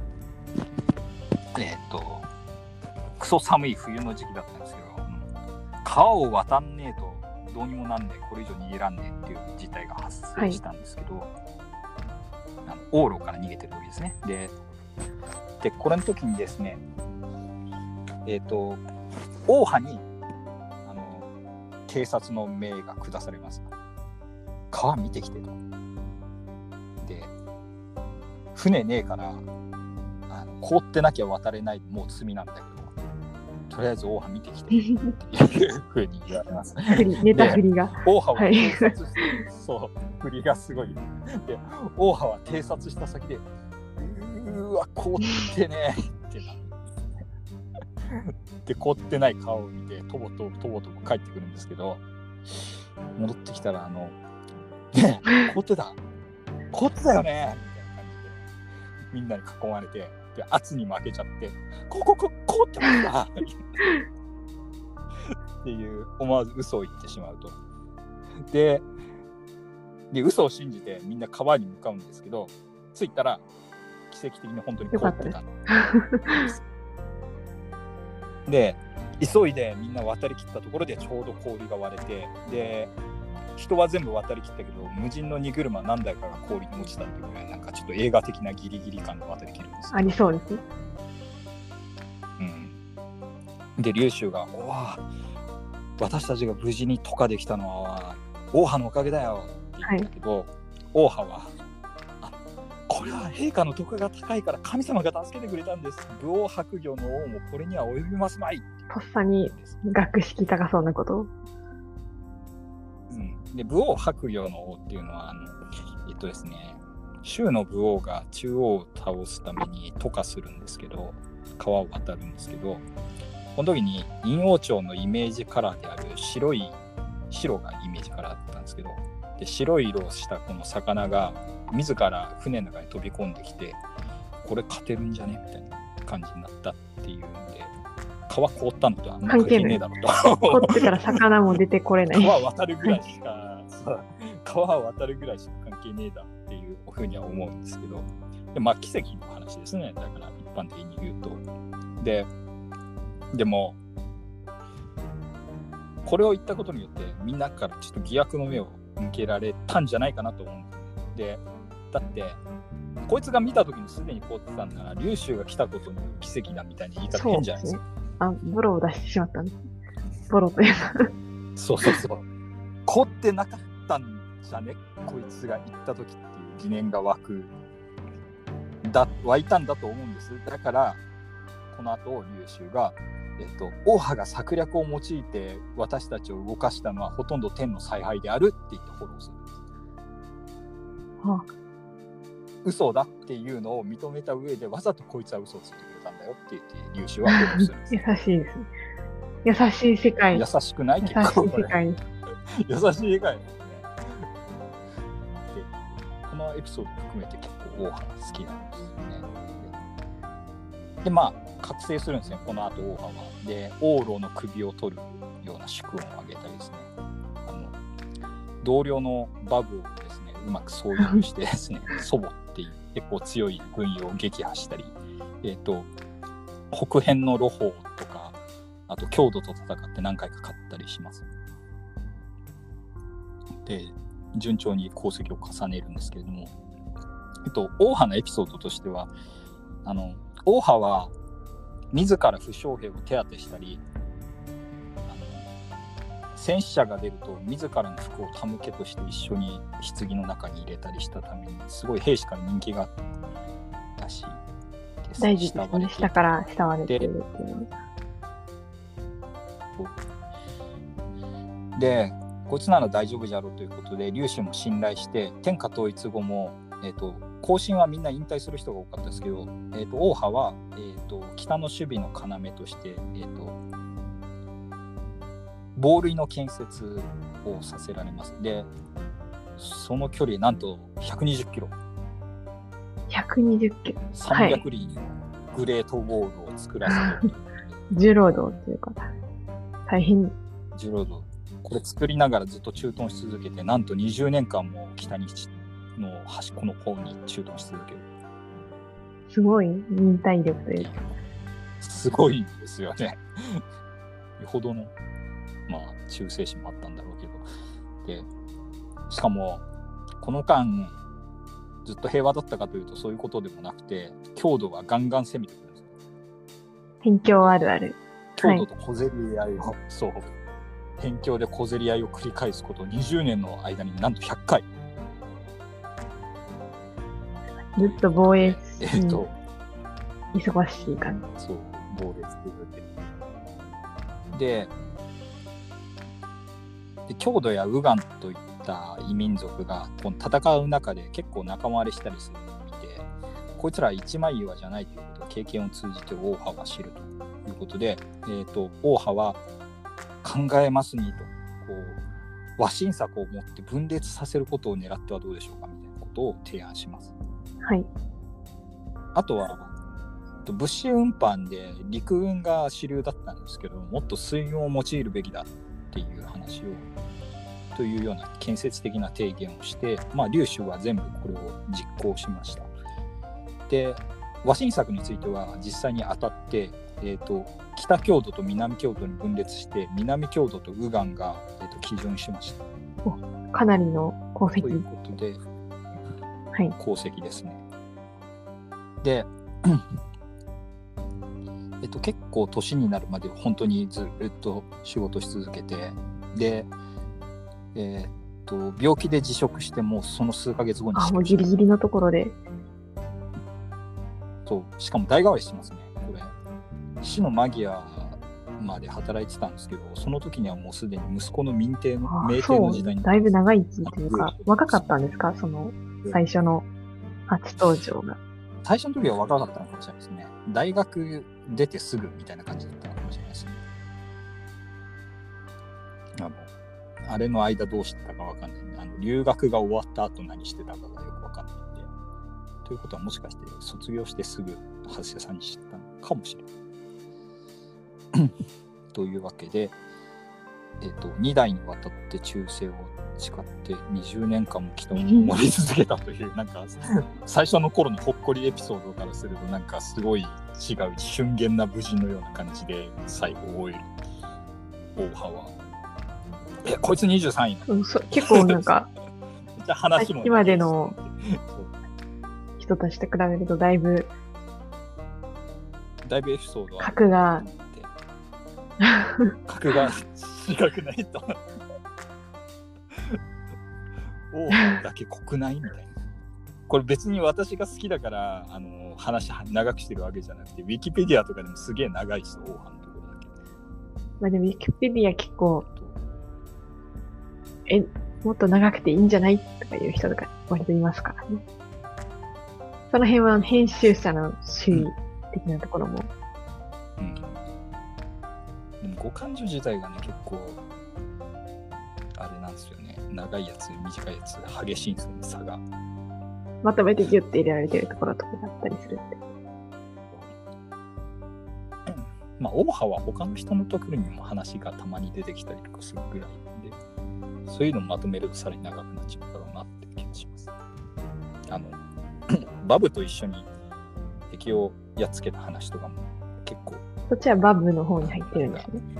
えっと、クソ寒い冬の時期だったんですけど、川を渡んねえとどうにもなんねえ、これ以上逃げらんねえっていう事態が発生したんですけど、はい、あの往路から逃げてる時ですね。で、でこれの時にですね、えっと、王派に警察の命が下されます。川見てきてと。で、船ねえからあの凍ってなきゃ渡れない、もう罪なんだけど、とりあえず王派見てきてっていうふうに言われます。 ネタ振りが。 王派は偵察して、はい、そう、振りがすごい。で、王派は偵察した先で、うーわ凍ってねってなる。 で凍ってない川を見てとぼとぼとぼとぼ帰ってくるんですけど、戻ってきたらあのねえ凍ってた凍ってたよねみたいな感じでみんなに囲まれて、で圧に負けちゃってこここ凍ってましたっていう思わず嘘を言ってしまうと。でで嘘を信じてみんな川に向かうんですけど、着いたら奇跡的に本当に凍ってたんですで急いでみんな渡りきったところでちょうど氷が割れて、で人は全部渡りきったけど無人の荷車何台かが氷に落ちたっていうぐらい、なんかちょっと映画的なギリギリ感が渡りきるんですよ。 ありそうですね。 うん、で龍州が「おわ私たちが無事に渡河できたのは王派のおかげだよ」って言うんだけど、はい、王派はあこれは陛下の徳が高いから神様が助けてくれたんです。武王伯魚の王もこれには及びますまい。 とっさに学識高そうなことを。 うん、で武王伯魚の王っていうのはあのえっとですね周の武王が中央を倒すために渡河するんですけど、川を渡るんですけど、この時に陰王朝のイメージカラーである白い白がイメージカラーだったんですけど、で白い色をしたこの魚が自ら船の中に飛び込んできて、これ勝てるんじゃねみたいな感じになったっていうんで、川凍ったのとはあんま関係ねえだろうと。 凍ってたら魚も出てこれない。 川渡るぐらいしか川渡るぐらいしか関係ねえだっていうふうには思うんですけど、でまあ奇跡の話ですね。だから一般的に言うと、ででもこれを言ったことによってみんなからちょっと疑惑の目を向けられたんじゃないかなと思うんですね。でだってこいつが見た時にすでに凍ってたんなら龍州が来たことの奇跡だみたいな言い方変じゃないですか。 あ、ボロを出してしまったんです。ボロというかそうそうそう。凍ってなかったんじゃねこいつが行った時っていう疑念が湧くだ湧いたんだと思うんです。だからこの後龍州が、えっと、王派が策略を用いて私たちを動かしたのはほとんど天の采配であるって言ってフォローするんです。 はあ、 嘘だっていうのを認めた上でわざとこいつは嘘をついてくれたんだよって言って龍州はフォローするんです優しいですね。優しい世界。 優しくない優しい世界。 優しい世界ですね。でこのエピソード含めて結構王派が好きなんですよね。でまあ覚醒するんですね、この後王派は。で王老の首を取るような主君を挙げたりですね、あの同僚のバグをですねうまく操縦してですね祖母っていう結構強い軍医を撃破したり、えーと北辺の露法とかあと匈奴と戦って何回か勝ったりします。で順調に功績を重ねるんですけれども、えっと王派のエピソードとしてはあの王派は自ら負傷兵を手当てしたり、あの戦死者が出ると自らの服を手向けとして一緒に棺の中に入れたりしたためにすごい兵士から人気があったらしいです。 大事ですね。下から慕われているっていうので、こいつなら大丈夫じゃろうということで龍州も信頼して天下統一後も、えーと後進はみんな引退する人が多かったですけど、えー、と王派は、えー、と北の守備の要として、えー、と防塁の建設をさせられます。でその距離なんとひゃくにじゅっキロひゃくにじゅっキロさんびゃく里にグレートウォールを作らせる、 重労働っていうか大変重労働これ作りながらずっと駐屯し続けて、なんとにじゅうねんかんも北にの端っこの方に駐屯し続ける。 すごい忍耐力というかすごいんですよねよほどのまあ忠誠心もあったんだろうけど、でしかもこの間ずっと平和だったかというとそういうことでもなくて、匈奴がガンガン攻めてくるんですよ。 辺境あるある。 匈奴と小競り合いを、はい、そう辺境で小競り合いを繰り返すことにじゅうねんの間になんとひゃっかいずっと防衛えー、っと忙しい感じ。そう防衛してるでで匈奴やウガンといった異民族がこの戦う中で結構仲間割れしたりするのを見て、こいつら一枚岩じゃないということを経験を通じて王派は知るということで、えー、と王派は考えますにと、こう和親策を持って分裂させることを狙ってはどうでしょうかみたいなことを提案します。 はい。 あとは物資運搬で陸運が主流だったんですけど、もっと水運を用いるべきだっていう話をというような建設的な提言をして、まあ、劉州は全部これを実行しました。で和親策については実際に当たって、えー、と北郷土と南郷土に分裂して、南郷土と右岸が、えー、と基準しました。 かなりの功績ということで、 はい、 功績ですね。でえっと、結構年になるまで本当にずっと仕事し続けて、で、えー、っと病気で辞職してもうその数ヶ月後にあもうギリギリのところで、 そうしかも代替わりしてますね。これ死の間際まで働いてたんですけど、その時にはもうすでに息子の民邸の名邸の時代に、 だいぶ長いというか若かったんですか、その最初の初登場が。 最初の時は若かったのかもしれないですね。大学出てすぐみたいな感じだったのかもしれないですね。あのあれの間どうしてたかわかんない、ね、あの留学が終わった後何してたかがよくわかんないんで、ということはもしかして卒業してすぐハセさんに知ったのかもしれないというわけで、えーと、に代にわたって忠誠を誓ってにじゅうねんかんも北を守り続けたというなんか最初の頃のほっこりエピソードからするとなんかすごい違う俊厳な武人のような感じで最後を終える王派は、えこいつにじゅうさんいなの、 そ結構なんか話も今までの人たちと比べるとだいぶだいぶエピソードは格が格が違くないと王派だけ国内みたいな。これ別に私が好きだからあの話長くしてるわけじゃなくて、ウィキペディアとかでもすげえ長いし、王派のところだけ。 まあでもウィキペディア結構えもっと長くていいんじゃないとかいう人とか割といますからね。その辺は編集者の主義的なところも、 うん、でも五感樹自体がね結構あれなんですよね。長いやつ短いやつ激しいんですよね、差が。 まとめてギュッて入れられてるところとかだったりするって。 まあ王派は他の人のところにも話がたまに出てきたりとかするぐらいで、そういうのをまとめるとさらに長くなっちゃうだろうなって気がします。あのバブと一緒に敵をやっつけた話とかも結構。 そっちはバブの方に入ってるんですね。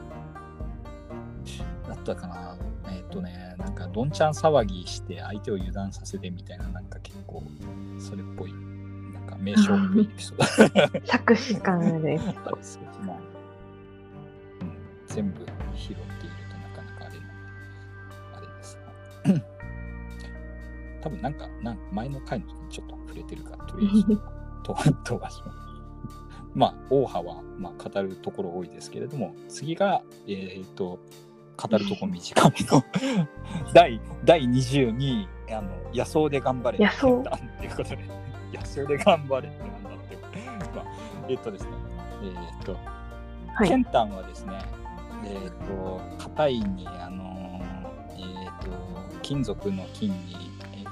だったかな。えっとね、なんかどんちゃん騒ぎして相手を油断させてみたいな、なんか結構それっぽい、なんか名勝負エピソード。 作詞感で。 まあ、うん、全部拾っているとなかなかあれなあれですが、多分なんかなん前の回の時にちょっと触れてるからとりあえずと飛ばします。まあ王派はまあ語るところ多いですけれども、次がえっと語るところ短めの第第にじゅうにあの野草で頑張れ野草っていうことで野草で頑張れってなんだってまあえっとですねえっと、はい、ケンタンはですねえっと硬いにあのえっと金属の金にえっ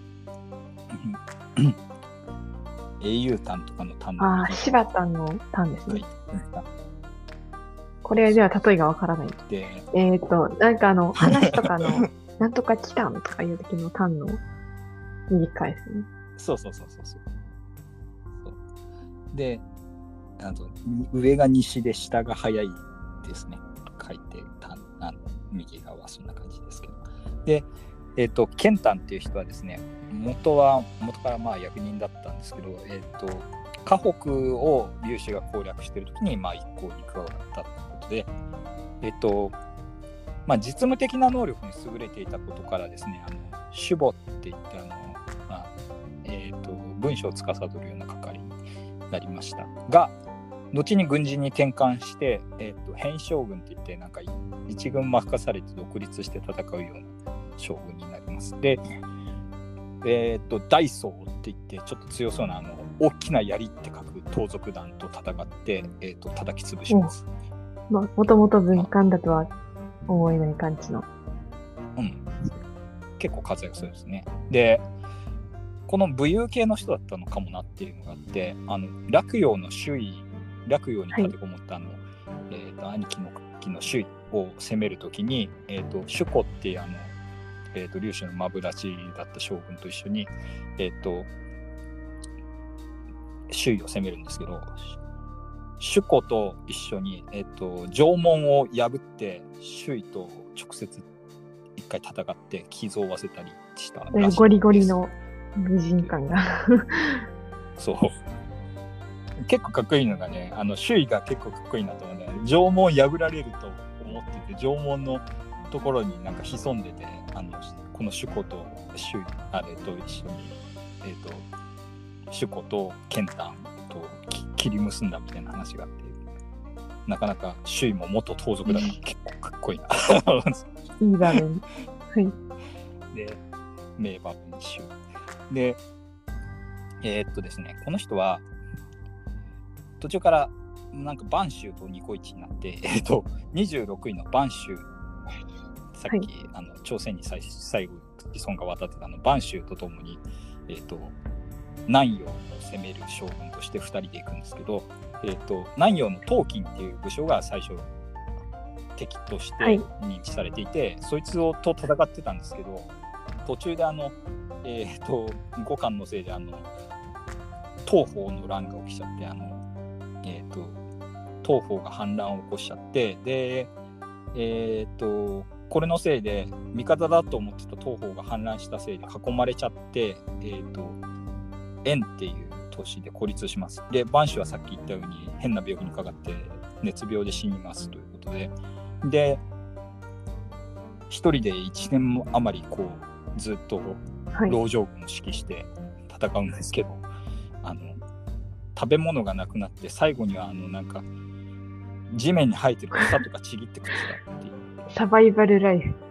と英雄炭とかの炭ああ柴田の炭ですね。はい、これでは例えがわからない。でえっ、ー、と、なんかあの、話とかの、なんとかチタンとかいう時のタンの短いですね。 そうそうそうそうそう。そうで、あと上が西で下が早いですね。書いてタン、あの右側はそんな感じですけど。で、えっ、ー、と、ケンタンっていう人はですね、元は、元からまあ役人だったんですけど、えっ、ー、と、河北を劉氏が攻略している時に、まあ一向に加わったということで、えっと、まあ、実務的な能力に優れていたことからですね、あの守護っていってあの、まあえー、と文書を司るような係になりましたが、後に軍人に転換して、えー、と偏将軍っていってなんか一軍任されて独立して戦うような将軍になります。で、えー、と大僧っていってちょっと強そうなあの大きな槍って書く盗賊団と戦って、えー、と叩き潰します。 まあ、もともと文官だとは思えない感じの。 うん。結構数がそうですね。で、この武勇系の人だったのかもなっていうのがあって、あの洛陽の周囲、洛陽に立てこもったあの、はい、えー、と兄貴の貴の周囲を攻めるときに、えー、と主子っていうあの、えー、と劉州のマブダチだった将軍と一緒に、えー、と周囲を攻めるんですけど、主子と一緒に、えー、と城門を破って周囲と直接一回戦って傷を負わせたりしたらしいです。 ゴリゴリの武人感がそう結構かっこいいのがね、あの周囲が結構かっこいいなと思うね。城門破られると思ってて、城門のところになんか潜んでて、あのこの主子と周囲あれと一緒に、えっ、ー、と主子と剣丹と切り結んだみたいな話があって、なかなか周囲も元盗賊だから結構かっこいいな。 いい場面。はい。 で、名場面周囲。で、えー、っとですね、この人は途中からなんか播州とニコイチになって、えー、っとにじゅうろくいの播州、さっき、はい、あの朝鮮に最後子孫が渡ってたの播州とともに、えー、っと南陽を攻める将軍としてふたりで行くんですけど、えー、と南陽の東金っていう武将が最初敵として認知されていて、はい、そいつをと戦ってたんですけど、途中であの、えー、と五冠のせいであの東方の乱が起きちゃって、あの、えー、と東方が反乱を起こしちゃって、で、えー、とこれのせいで味方だと思ってた東方が反乱したせいで囲まれちゃって、えー、と燕っていう都市で孤立します。で、播州はさっき言ったように変な病気にかかって熱病で死にますということで、で、一人でいちねん余りこうずっと老将軍を指揮して戦うんですけど、はい、あの食べ物がなくなって最後にはあのなんか地面に生えてる草とかちぎって食ってたっていうサバイバルライフ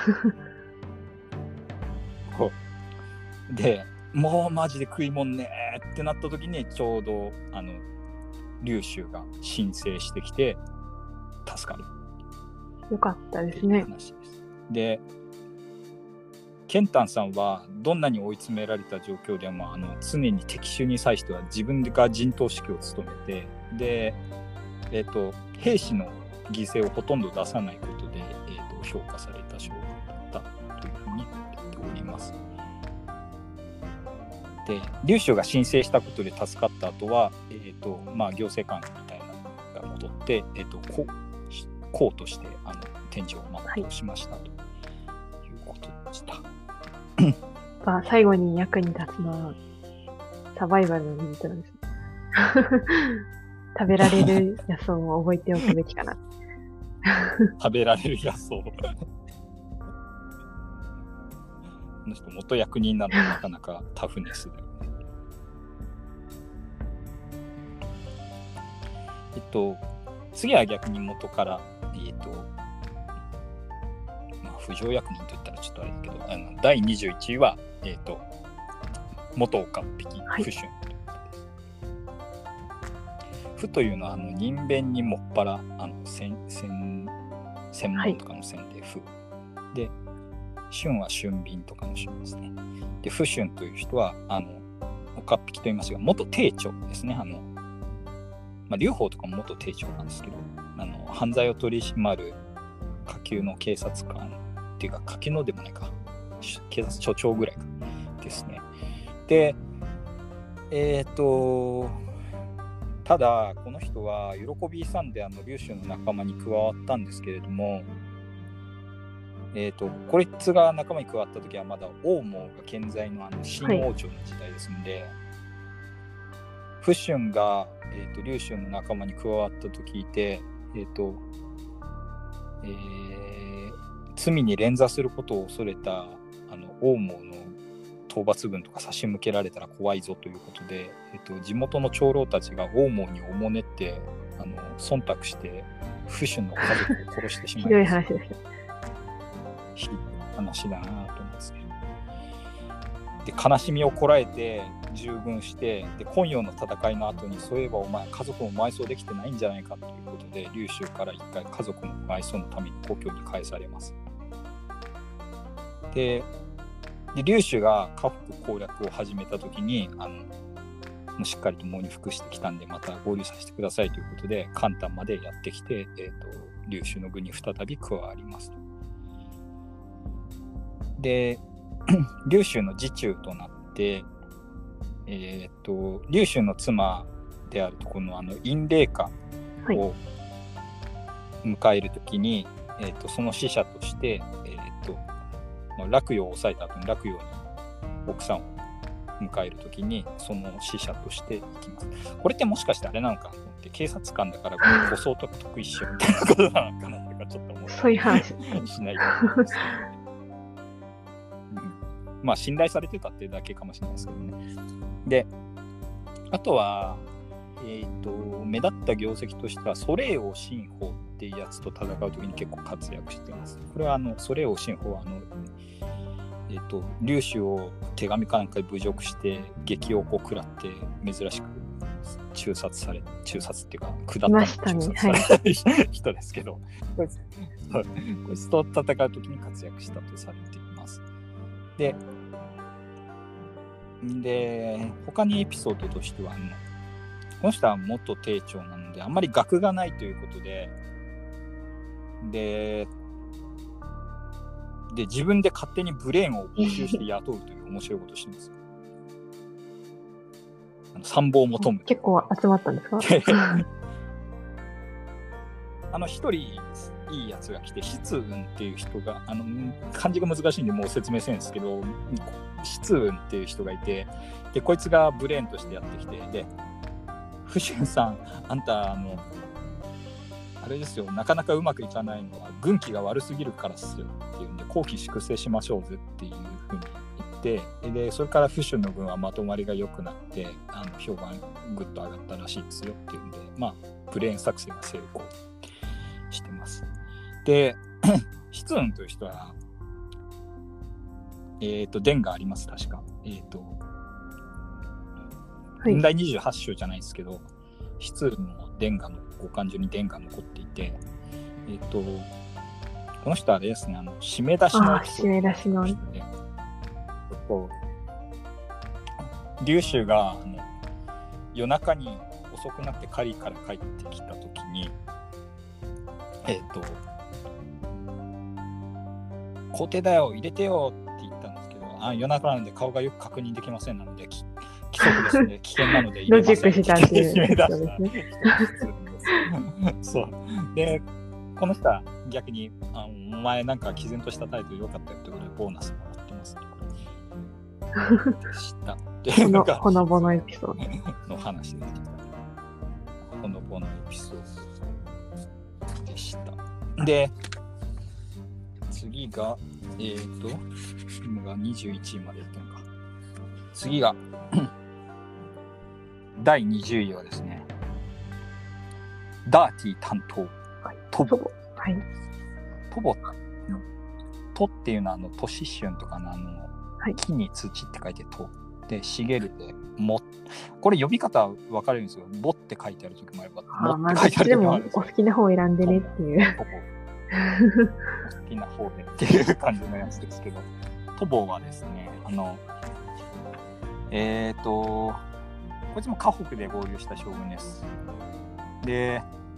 こうで、もうマジで食いもんねーってなった時にちょうどあの劉州が申請してきて助かる。 よかったですね。 話です。で、剣丹さんはどんなに追い詰められた状況でもあの常に敵衆に際しては自分が陣頭指揮を務めて、で、えーと、兵士の犠牲をほとんど出さないことで、えーと、評価された将軍だったというふうに言っております。で、劉州が申請したことで助かった後は、えーとまあ、行政官みたいなのが戻って、えーと、公としてあの天寿を全うしました、はい、ということでした。 まあ、最後に役に立つのはサバイバルの技術なんですね。食べられる野草を覚えておくべきかな。 食べられる野草。この人元役人なのでなかなかタフネスだよね。えっと次は逆に元からえっとまあ不条役人と言ったらちょっとあれだけど、あのだいにじゅういちいはえっと元岡っ引き不春ということです。不というのはあの人弁にもっぱらあの専専門とかの専で不、はい、で春は春便とかの春ですね。で、不春という人はあの岡っ引きと言いますが元廷長ですね。あのまあ、劉邦とかも元廷長なんですけど、あの犯罪を取り締まる下級の警察官っていうか下級のでもないか警察署長ぐらいかですね。で、えっとただこの人は喜び勇んであの劉州の仲間に加わったんですけれども、えっとこいつが仲間に加わった時はまだ王毛が健在のあの新王朝の時代ですので、はい、不春がえー、と劉州の仲間に加わったと聞いて、えーとえー、罪に連座することを恐れたあの王毛の討伐軍とか差し向けられたら怖いぞということで、えー、と地元の長老たちが王毛におもねってあの忖度して不春の家族を殺してしまいます。ひどい話です。 ひどい話だなと思うんですけど、 で悲しみをこらえて従軍して、で昆陽の戦いの後にそういえばお前家族も埋葬できてないんじゃないかということで劉州から一回家族の埋葬のために故郷に返されます。でで劉州が家福攻略を始めた時にあのもうしっかりと喪に服してきたんでまた合流させてくださいということで関丹までやってきて、えー、と劉州の軍に再び加わりますと。で劉州の次中となって、えー、と劉州の妻であるとこのあの陰霊家を迎えるときに、はい、えー、とその使者として、えー、と洛陽を抑えた後に洛陽に奥さんを迎えるときにその使者として行きます。これってもしかしてあれなのかなと思って警察官だから護送と得一緒みたいなことなのかなとかちょっと思ってそういう話しないとですけど、ねうん、まあ信頼されてたっていうだけかもしれないですけどね。であとは、えー、と目立った業績としてはソレイ王神宝っていうやつと戦うときに結構活躍しています。これはあのソレイ王神宝はあのえー、と劉州を手紙かなんかで侮辱して激をこう食らって珍しく中殺され中殺っていうか下ったの中殺された、はい、人ですけどこいつこいつと戦うときに活躍したとされています。でで他にエピソードとしてはあのこの人は元廷長なのであんまり学がないということででで自分で勝手にブレーンを募集して雇うという面白いことをしてます。あの参謀を求む。 結構集まったんですか？ あの一人いいやつが来て筆雲っていう人があの漢字が難しいんでもう説明せんですけど筆雲っていう人がいてでこいつがブレーンとしてやってきてで不春さんあんたあのあれですよなかなかうまくいかないのは軍紀が悪すぎるからっすよっていうんで後期粛清しましょうぜっていうふうに言ってでそれから不春の軍はまとまりが良くなってあの評判ぐっと上がったらしいですよっていうんでまあブレーン作戦が成功してます。で筆雲という人はえっ、ー、と伝があります確かえっ、ー、と現代にじゅうはち章じゃないですけど筆雲の伝がの五感中に伝が残っていてえっ、ー、とこの人はあれですねあの締め出しのエピソード締め出しの劉州があの夜中に遅くなって狩りから帰ってきたときにえっ、ー、と皇帝だよ入れてよって言ったんですけどあ夜中なので顔がよく確認できませんなので規則ですね危険なので入れませんロジックしたっていう人ですねそうでこの人は逆にあお前なんか毅然とした態度良かったよということでボーナスもらってますでしたっていうのがほのぼのエピソードの話です。ほのぼのエピソードでした。で次がえっ、ー、と今がにじゅういちいまでいったのか。次がだいにじゅういはですねダーティー担当、はい、トボ、 はい、 トボトっていうのはあのトシシュンとかのあの、はい、木に土って書いてトで茂るでもこれ呼び方分かれるんですよ。ボって書いてある時もあればモって書いてある時もあるんですよ。まあ、お好きな方を選んでねっていうお好きな方でっていう感じのやつですけどトボはですねあのえっ、ー、とこいつも河北で合流した将軍です。で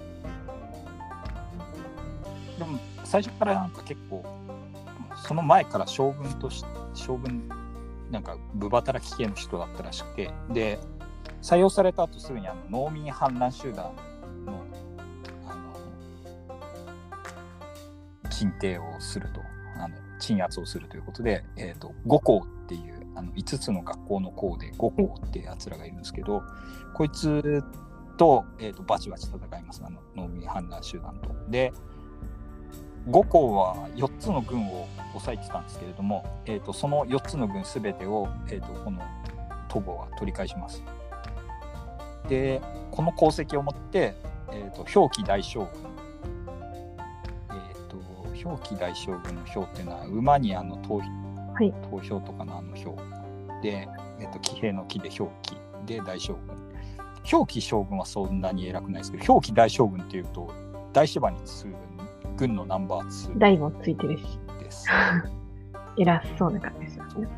でも最初からなんか結構その前から将軍とし将軍なんか部働き系の人だったらしくてで採用された後すぐにあの農民反乱集団のあの禁定をするとあの鎮圧をするということで、えーと、五校っていうあのいつつの学校の校で五校っていうやつらがいるんですけどこいつと、えーとバチバチ戦いますあの農民反乱集団と。で五校はよっつの軍を抑えてたんですけれども、えー、とそのよっつの軍すべてを、えー、とこのトボは取り返します。でこの功績をもって、えー、と表記大将軍、えー、と表記大将軍の表っていうのは馬にあの投、はい、投票とかのあの表で、えっと、騎兵の騎で表記で大将軍。表記将軍はそんなに偉くないですけど、表記大将軍っていうと大芝に次ぐ軍のナンバーツー大もついてるしです。 偉そうな感じですよね。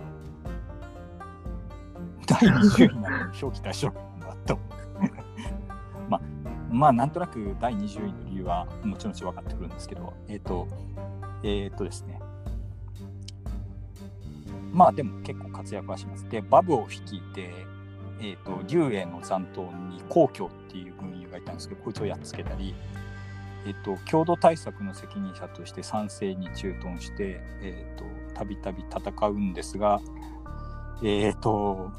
だいにじゅういなのに表記大将軍だとまあまあなんとなくだいにじゅういの理由は後々分かってくるんですけど、えっ、ー、とえっ、ー、とですねまあでも結構活躍はします。でバブを率いて、えー、と劉英の残党に皇居っていう軍友がいたんですけど、こいつをやっつけたり、えー、と郷土対策の責任者として三世に駐屯して、えー、とたびたび戦うんですが、えっ、ー、と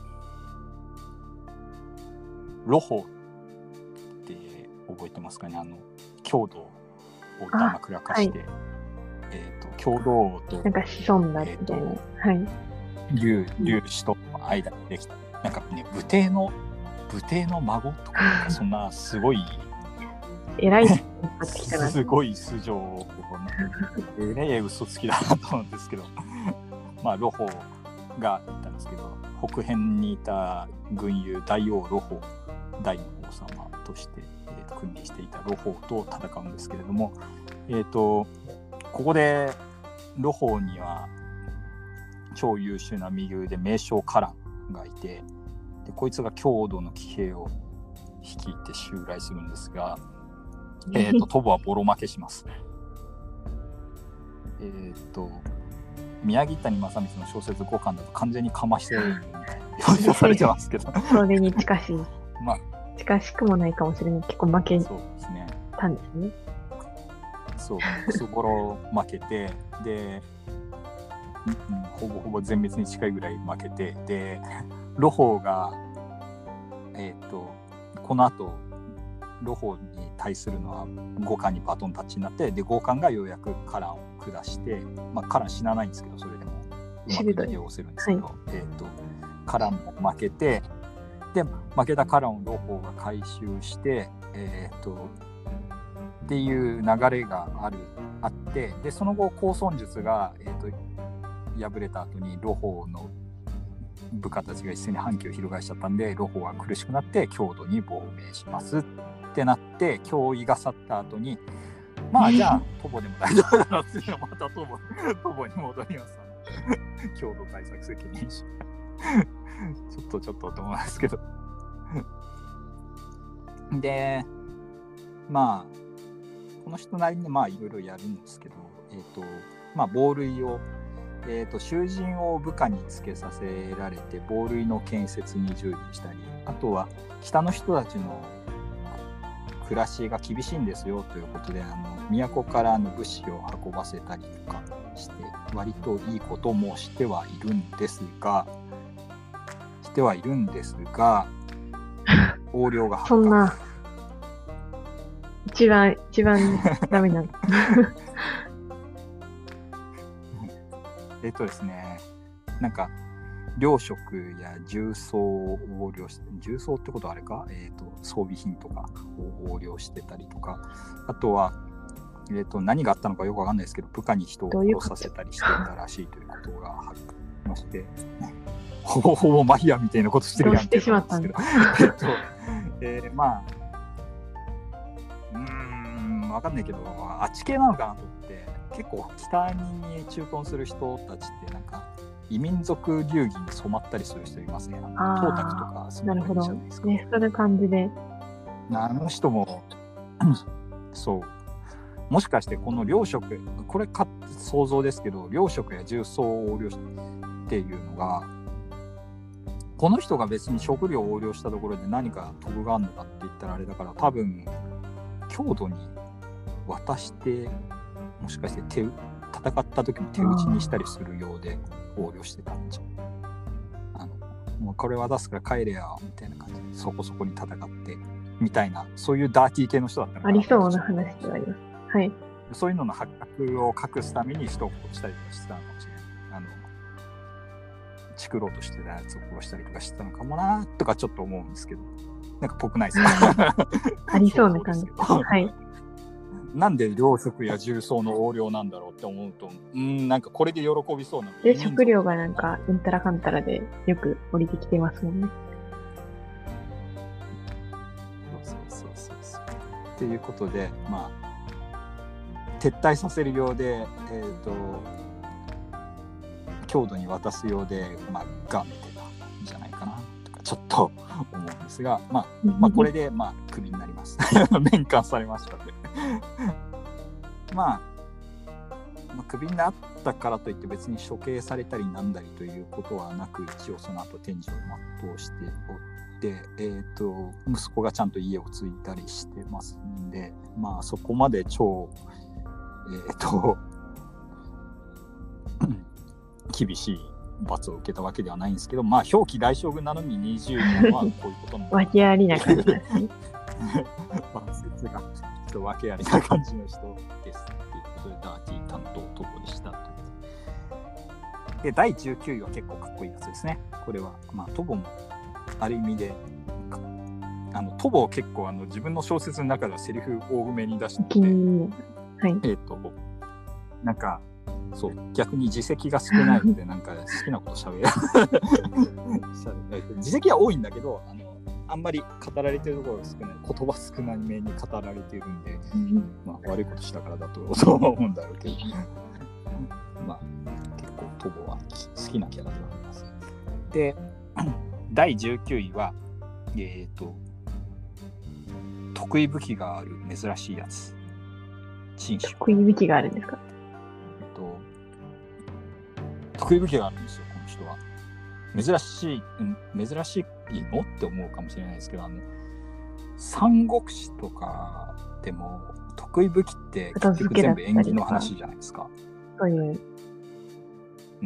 盧法って覚えてますかね。あの郷土をだまくらかして、はい、えっ、ー、と郷土王となんか子孫だみたいな、はい、 劉劉氏との間にできたなんかね武帝の武帝の孫とかそんなすごい偉いすごい素性をえらい嘘つきだなと思うんですけどまあ盧法がいたんですけど、北辺にいた軍友大王盧法大の王様として、えー、と君臨していた盧法と戦うんですけれども、えー、とここで盧法には超優秀な右腕名将カランがいて、でこいつが郷土の騎兵を率いて襲来するんですが、えー、とトボはボロ負けします。えっと宮城谷正光の小説ごかんだと完全にかましてるみたいな表現されてますけどそれに近しい、 まあ、 近しくもないかもしれない。結構負けそうですねたんですね。 そうクソボロ負けてで、うん、ほぼほぼ全滅に近いぐらい負けて、で盧法がえっ、ー、とこの後盧法に対するのは五冠にバトンタッチになって、で五冠がようやくカランを下して、まあ、カラン死なないんですけど、それでもうまく逃げおせるんですけど、はい、えー、とカランも負けて、で負けたカランを盧法が回収して、えー、とっていう流れがあるあって、でその後公孫述が、えー、と敗れた後に盧法の部下たちが一斉に反旗を翻しちゃったんで、盧法は苦しくなって郷土に亡命しますってなって、脅威が去った後に、まあじゃあトボでも大丈夫だなっていうのはまたトボトボに戻ります。郷土対策責任者ちょっとちょっとと思うんですけどでまあこの人なりにまあいろいろやるんですけど、えっ、ー、とまあ防塁をえー、と囚人を部下につけさせられて防塁の建設に従事したり、あとは北の人たちの暮らしが厳しいんですよということで、あの都からの物資を運ばせたりとかして割といいこともしてはいるんですがしてはいるんですが横領が発覚。 そんな一番一番ダメなのえっとですね、なんか糧食や重装を横領して、重装ってことはあれか、えっと装備品とかを横領してたりとか、あとは、えっと何があったのかよくわかんないですけど、部下に人を殺させたりしていたらしいということが発覚しまして、ほぼほぼマフィアみたいなことしてるやんって思うんですけど、えっと、えー、まあ、うーん、わかんないけど、あっち系なのかなと思って。結構北に駐屯する人たちってなんか異民族流儀に染まったりする人いますね。トータクとかそういうのじゃないですか。 ね、そういう感じで。 あの人もそうもしかしてこの糧食、これか想像ですけど、糧食や重装を横領っていうのがこの人が別に食料を横領したところで何か得があるのかって言ったらあれだから、多分郷土に渡してもしかして手戦った時も手打ちにしたりするようで横領してたんじゃん。あのもうこれ渡すから帰れやみたいな感じでそこそこに戦ってみたいな、そういうダーティー系の人だったのかな。 ありそうな話ではあります。はい。 そういうのの発覚を隠すために人を殺したりとかしてたのかもしれない。あのチクろうとしてたやつを殺したりとかしてたのかもなとかちょっと思うんですけど、なんかぽくないですか。 ありそうな感じ。はい。 なんで糧食や重装の横領なんだろうって思うと、うん、なんかこれで喜びそうなので、食料がなんか、うんたらかんたらでよく降りてきてますもんね。 そうそうそうそう。っていうことで、まあ、撤退させるようで、えっと、強度に渡すようで、まあ、がめてたんじゃないかなとか、ちょっと思うんですが、まあ、まあ、これで、まあ、クビになります。免官されましたので。まあ、まあ、クビになったからといって別に処刑されたりなんだりということはなく、一応その後天寿を全うしておって、えーと、息子がちゃんと家を継いだりしてますんで、まあそこまで超、えーと、厳しい罰を受けたわけではないんですけど、まあ表記大将軍なのににじゅうねんはこういうことも訳ありな感じですね。 まあ説がちょっと訳ありな感じの人ですっていうことで、ダーティー担当トボでしたと。で、だいじゅうきゅういは結構かっこいいやつですね。これは、まあトボもある意味で、あのトボを結構あの自分の小説の中ではセリフ多めに出してて、 はい、 えっと、なんか、そう逆に自責が少ないのでなんか好きなことしゃべる自責は多いんだけど、あのあんまり語られてるところが少ない、言葉少なめに語られているんで、うん、まあ悪いことしたからだとそう思うんだろうけどまあ結構トボは好きなキャラではあります。でだいじゅうきゅういはえっと得意武器がある珍しいやつ、陳州。 得意武器があるんですか？ 得意武器があるんですよ、この人は。珍しい、うん、珍しいのって思うかもしれないですけど、あの三国志とかでも得意武器って結局全部縁起の話じゃないですか。 そういう。 うん。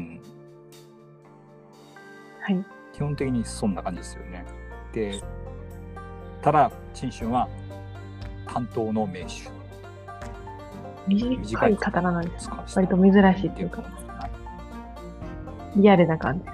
はい。 基本的にそんな感じですよね。で、ただ陳春は担当の名手。 短い刀なんですか？割と珍しいっていうか。リアルな感じ、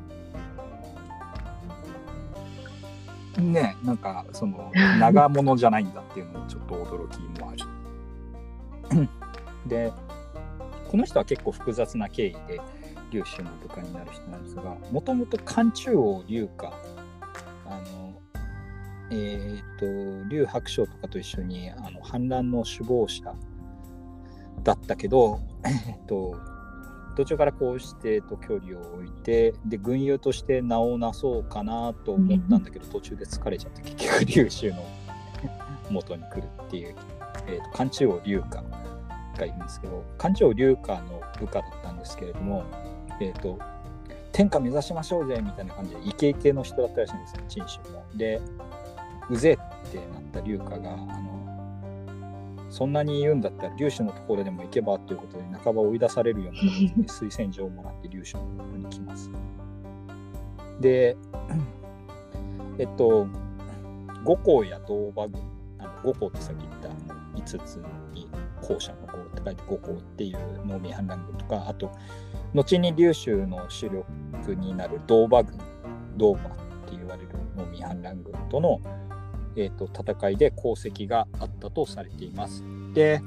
うん、ねえ、なんかその長物じゃないんだっていうのもちょっと驚きもあるで、この人は結構複雑な経緯で劉州の部下になる人なんですが、もともと漢中王劉下、あのえっ、ー、と劉白章とかと一緒にあの反乱の首謀者だったけど、えっと途中からこうしてと距離を置いて、で軍友として名をなそうかなと思ったんだけど、途中で疲れちゃって結局劉州の元に来るっていう、えー、と漢中王劉下がいるんですけど、漢中王劉下の部下だったんですけれども、えー、と天下目指しましょうぜみたいな感じでイケイケの人だったらしいんですよ、陳州も。でうぜってなった劉下が、あのそんなに言うんだったら劉州のところでも行けばということで半ば追い出されるような形で推薦状をもらって劉州のところに来ます。で、えっと五校や同馬軍、あの五校ってさっき言ったいつつに校舎の校って書いて五校っていう農民反乱軍とか、あと後に劉州の主力になる同馬軍、同馬って言われる農民反乱軍とのえー、と戦いで功績があったとされています。で、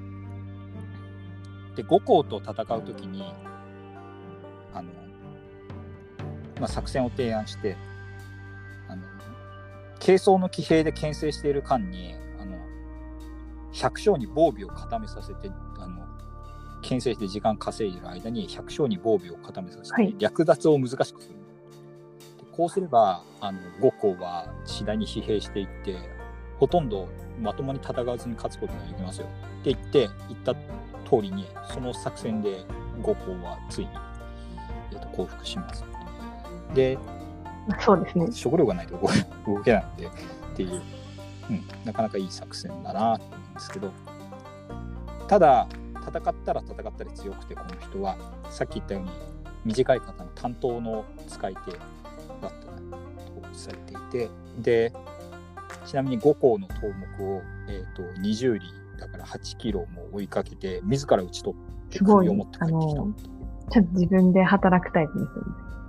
で五校と戦うときにあの、まあ、作戦を提案して、あの軽装の騎兵で牽制している間にあの百姓に防備を固めさせて、あの牽制して時間稼いでいる間に百姓に防備を固めさせて、はい、略奪を難しくする。こうすればあの五校は次第に疲弊していって、ほとんどまともに戦わずに勝つことができますよって言って言った通りに、その作戦で五校はついに、えー、と降伏します。で、 そうですね、 食料がないと動けないのでっていう、うん、なかなかいい作戦だなと思うんですけど、ただ戦ったら戦ったり強くて、この人はさっき言ったように短い刀の担当の使い手だったとされていて、でちなみに五校の頭目を、えー、とにじゅう里だからはちキロも追いかけて自ら討ち取って首を持って帰ってきた。ちょっと自分で働くタイプですよね。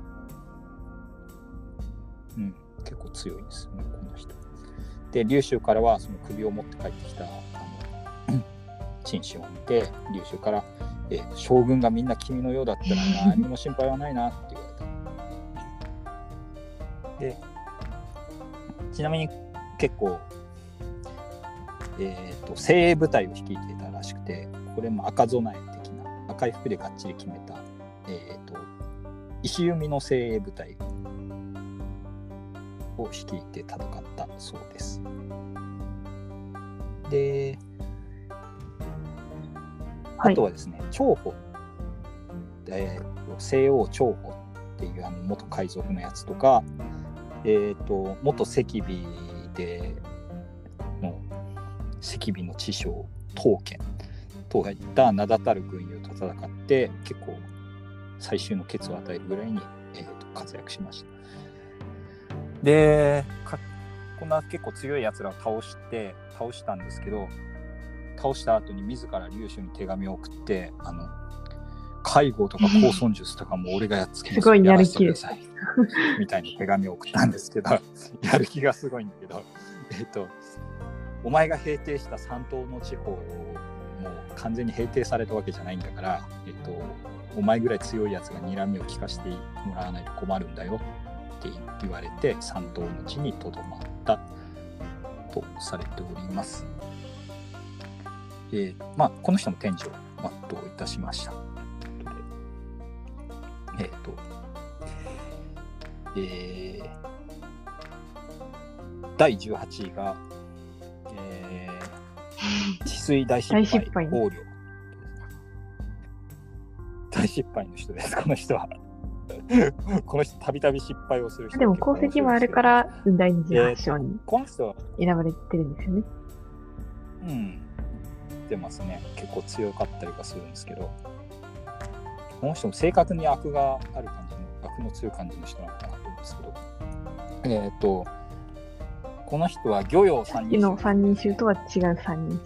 うん、結構強いですよね、この人。で劉州からはその首を持って帰ってきたあの陳氏を見て劉州から、えー、将軍がみんな君のようだったら何も心配はないなって言われた。でちなみに結構、えー、と精鋭部隊を率いていたらしくて、これも赤備え的な赤い服でがっちり決めた、えー、と石弓の精鋭部隊を率いて戦ったそうです。で、あとはですね、張歩、えー、西欧張歩っていうあの元海賊のやつとか、えー、と元赤尾での赤尾の知将刀剣といった名だたる軍友と戦って結構最終のケツを与えるぐらいに、えー、と活躍しました。でこんな結構強いやつらを倒して倒したんですけど、倒した後に自ら劉州に手紙を送って、あの介護とか高尊術とかも俺がやっつけますやらせてくださいみたいな手紙を送ったんですけどやる気がすごいんだけど、えっとお前が平定した三島の地方をもう完全に平定されたわけじゃないんだから、えっとお前ぐらい強いやつが睨みを利かせてもらわないと困るんだよって言われて三島の地にとどまったとされております。えーまあ、この人も天寿を全ういたしました。えっ、ー、と、えー、だいじゅうはちいが、えー、治水大失敗、 大失敗横領。大失敗の人です、この人は。この人、たびたび失敗をする人。 でも功績もあるから、だいにじゅうはち章にこの人は選ばれてるんですよね。 うん。出ますね。結構強かったりはするんですけど、この人も正確に悪がある感じの、悪の強い感じの人なのかなと思うんですけど、えっ、ー、と、この人は漁業三人衆。 の三人衆とは違う三人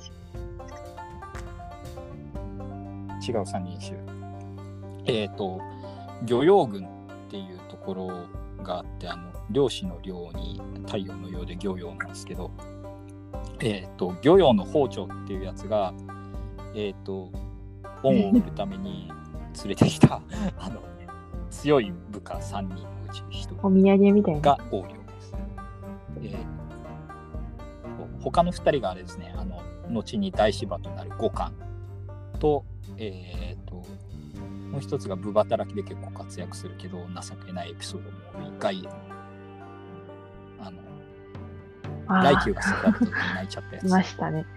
衆。違う三人衆。えっ、ー、と、漁業軍っていうところがあって、あの漁師の漁に太陽の陽で漁業なんですけど、えー、と漁業の包丁っていうやつが、えー、と恩を売るために連れてきたあの強い部下さんにんのうちひとりお土産みたいなが横領です。えー、他のふたりがあれですね、あの後に大芝となる五冠と、えー、ともう一つが部働きで結構活躍するけど情けないエピソードも多い外縁、あの来球が刺さった時に泣いちゃったやつ。 いましたね。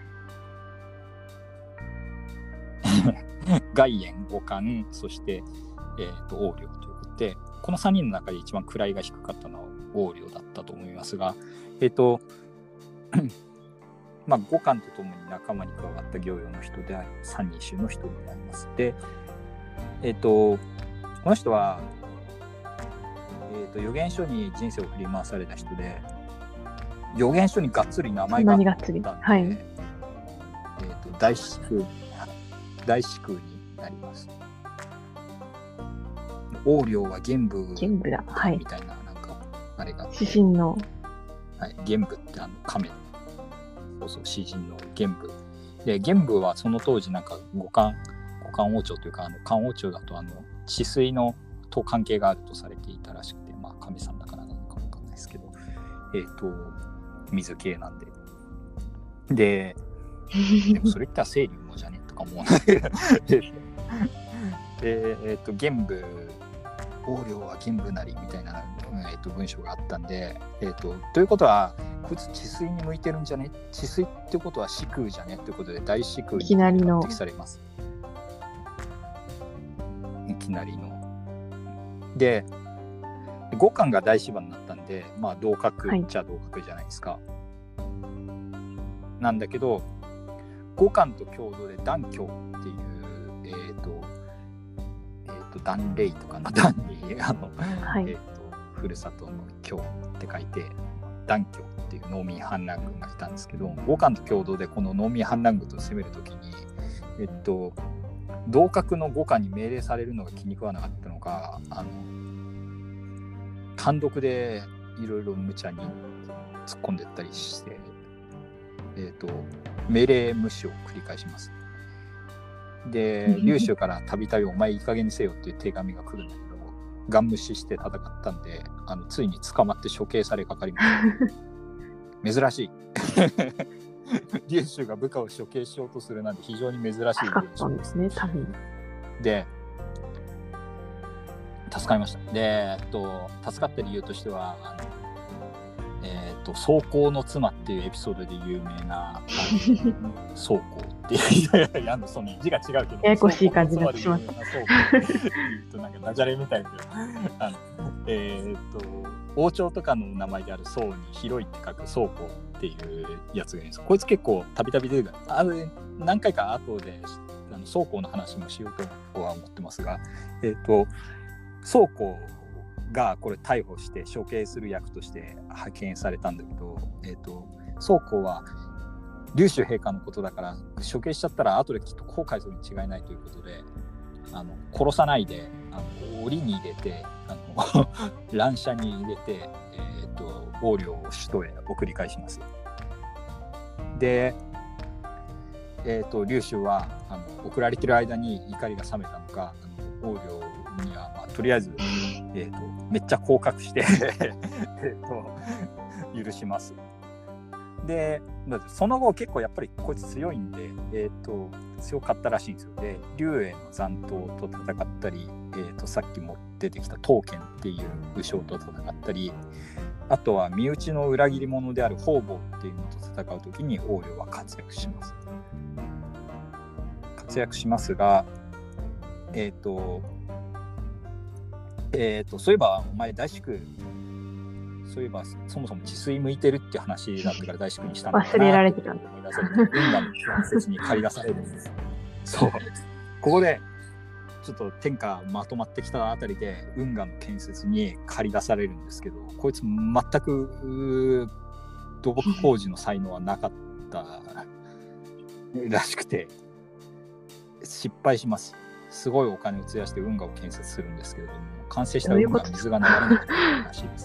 外縁、五冠、そして、えー、と横領ということで、このさんにんの中で一番位が低かったのは横領だったと思いますが、えっ、ー、と、まあ、五冠とともに仲間に加わった漁業の人であり、三人衆の一人になります。で、えっ、ー、と、この人は、えー、と予言書に人生を振り回された人で、予言書にがっつり名前があったんで、 はい、 えー、と大司空大司空になります。横領は玄武玄武だ、はい、 みたいな、なんかあれが詩人の、 はい、玄武ってあの亀、そうそう詩人の玄武で、玄武はその当時なんか五冠五冠王朝というか、あの漢王朝だとあの治水のと関係があるとされていたらしくて、まあ神さんだからなのかわかんないですけど、えっ、ー、と水系なんで。で、でもそれ言ったら清流もじゃねとか思うな。で、えっ、ー、と、玄武、横領は玄武なりみたいな、えー、と文章があったんで、えっ、ー、と、ということは、こいつ治水に向いてるんじゃね、治水ってことは四空じゃねということで、大四空に抜擢されます。いきなりの。で、五冠が大芝になったんで、まあ同格っちゃ同格じゃないですか。はい、なんだけど、五冠と共同で断教っていう、えっ、ー、と、えっ、ー、と、断霊とかの断に、あの、はい、えっ、ー、と、ふるさとの教って書いて、断教っていう農民反乱軍がいたんですけど、五冠と共同でこの農民反乱軍と攻めるときに、えっと、同格の五冠に命令されるのが気に食わなかったのか、あの、単独でいろいろ無茶に突っ込んでったりして、えーと、命令無視を繰り返します。 で劉州からたびたびお前いい加減にせよっていう手紙が来るんだけど、ガン無視して戦ったんで、あのついに捕まって処刑されかかりました珍しい劉州が部下を処刑しようとするなんて非常に珍しい現象ですね。で助かりました。で、えっと、助かった理由としてはあの、えー、っと宗公の妻っていうエピソードで有名な宗公っていうやその字が違うけどややこしい感じになってしまった。 となんかダジャレみたいなあの、えー、っと王朝とかの名前である宗に広いって書く宗公っていうやつがいるんです。こいつ結構たびたび出てくる。あれ何回か後であの宗公の話もしようとは思ってますが、えー、っと宗公がこれ逮捕して処刑する役として派遣されたんだけど、えー、と宗公は劉州陛下のことだから処刑しちゃったら後できっと後悔するに違いないということで、あの殺さないであの檻に入れてあの乱車に入れて、えー、と王領を首都へ送り返します。で、えー、と劉州はあの送られてる間に怒りが冷めたのか、あの王領には、まあ、とりあえず、えー、とめっちゃ降格してえと許します。でその後結構やっぱりこいつ強いんで、えー、と強かったらしいんですよ。で劉への残党と戦ったり、えー、とさっきも出てきた刀剣っていう武将と戦ったり、あとは身内の裏切り者である方々っていうのと戦う時に王領は活躍します活躍しますが、えっ、ー、とえー、とそういえばお前大宿そういえばそもそも治水向いてるって話だったから大宿にしたんだな忘れられてたんだ。 運河の建設に駆り出されるんですそうここでちょっと天下まとまってきたあたりで運河の建設に駆り出されるんですけど、こいつ全く土木工事の才能はなかったらしくて失敗します。すごいお金を費やして運河を建設するんですけれども、完成した運河は水が流れないらしいです。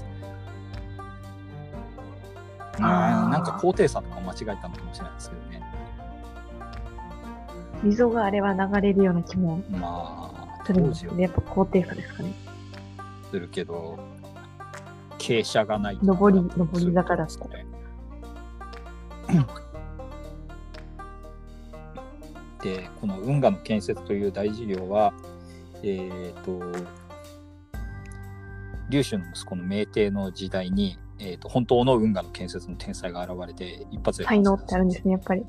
あなんか高低差とか間違えたのかもしれないですけどね。 溝があれは流れるような気もまあするんですけど、やっぱ高低差ですかね。 するけど傾斜がない上り上り坂だった。 でこの運河の建設という大事業は、えー、と劉州の息子の明帝の時代に、えー、と本当の運河の建設の天才が現れて一発で才能ってあるんですね、やっぱり。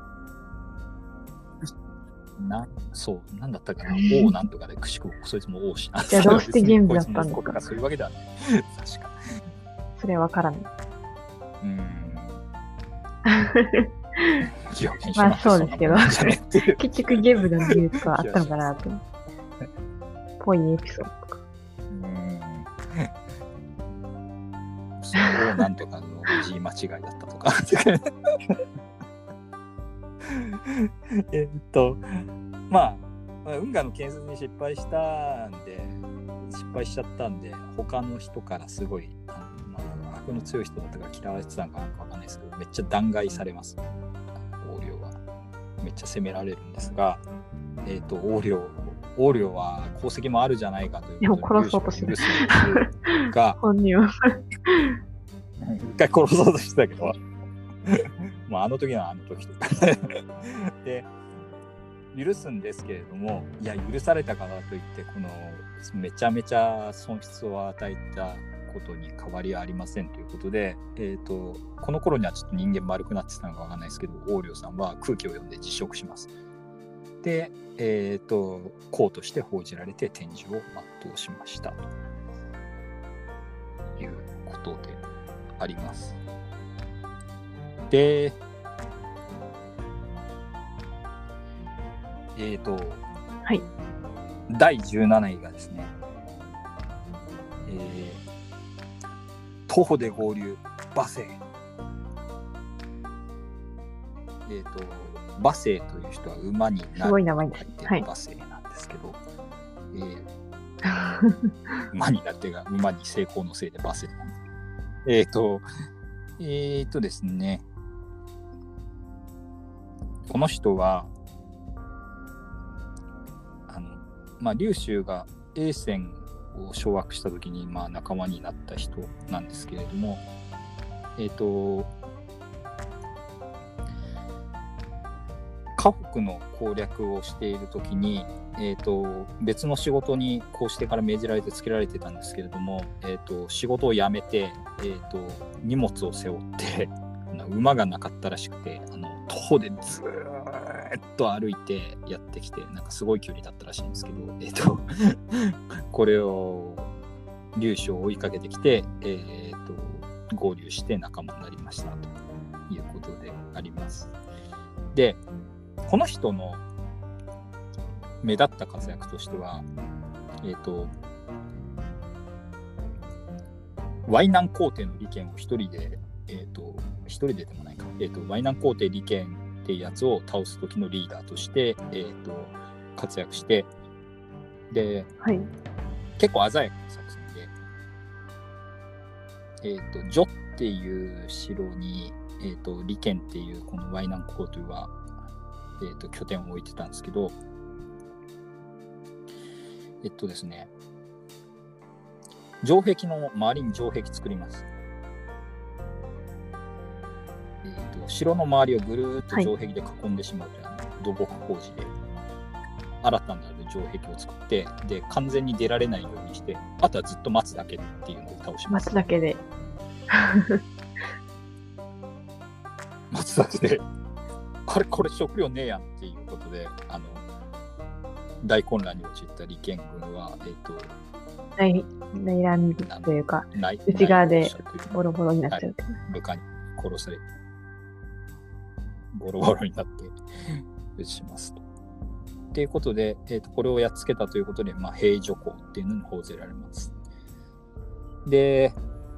なそうなんだったかな王なんとかでくしくもそいつも王しなじゃあどうしてゲームだったんですか。 そういうわけではない確かそれは分からない。 うーんまあそうですけど結局ゲームの技術はあったのかなとぽいエピソードとかうーんそうなんとかの字間違いだったとかえっとまあ運河の建設に失敗したんで失敗しちゃったんで他の人からすごいあの、まあ、悪の強い人だったから嫌われてたのかなんかわかんないですけどめっちゃ弾劾されます。王領はめっちゃ責められるんですが、えっと王領王領は功績もあるじゃないかということで殺そうとしてるが本人は一回殺そうとしてたけどまああの時はあの時とで許すんですけれども、いや許されたからといってこのめちゃめちゃ損失を与えたことに変わりはありませんということで、えーと、この頃にはちょっと人間丸くなってたのかわかんないですけど王領さんは空気を読んで辞職します。で、えーと、公として報じられて天寿を全うしましたということであります。でえーと、 はい、 だいじゅうなないがですね、えー、徒歩で合流馬生、えーと馬生という人は馬になるすごい名前です、 はい、馬生なんですけど、えー、馬になってが馬に成功のせいで馬生なんです。えーとえーとですねこの人はまあ、劉州が永泉を掌握した時にまあ仲間になった人なんですけれども、えっと河北の攻略をしている時に、えー、と別の仕事にこうしてから命じられてつけられてたんですけれども、えー、と仕事を辞めて、えー、と荷物を背負って馬がなかったらしくて、あの徒歩でずーっと歩いてやってきて、なんかすごい距離だったらしいんですけど、えー、とこれを劉州を追いかけてきて、えー、と合流して仲間になりましたということであります。でこの人の目立った活躍としては、えっと、淮南皇帝の利権を一人で、えっと、一人ででもないか、えっと、淮南皇帝利権っていうやつを倒す時のリーダーとして、えっと、活躍して、で、 はい、 結構鮮やかな作戦で、えっと、徐っていう城に、えっと、利権っていうこの淮南皇帝はえー、と拠点を置いてたんですけど、えっとですね、城壁の周りに城壁作ります。えー、と城の周りをぐるーっと城壁で囲んでしまうという、はい、土木工事で新たなる城壁を作って、で完全に出られないようにして、あとはずっと待つだけっていうのを倒します。 待つだけで待つだけであれこれ食料ねえやんっていうことで、あの大混乱に陥った利権軍は、えっ、ー、と内内乱というか内側でボロボロになっちゃう、はい、 部下に殺されボロボロになって撃ちますと。っていうことで、えー、とこれをやっつけたということで、まあ、平徐行っていうのに報じられます。で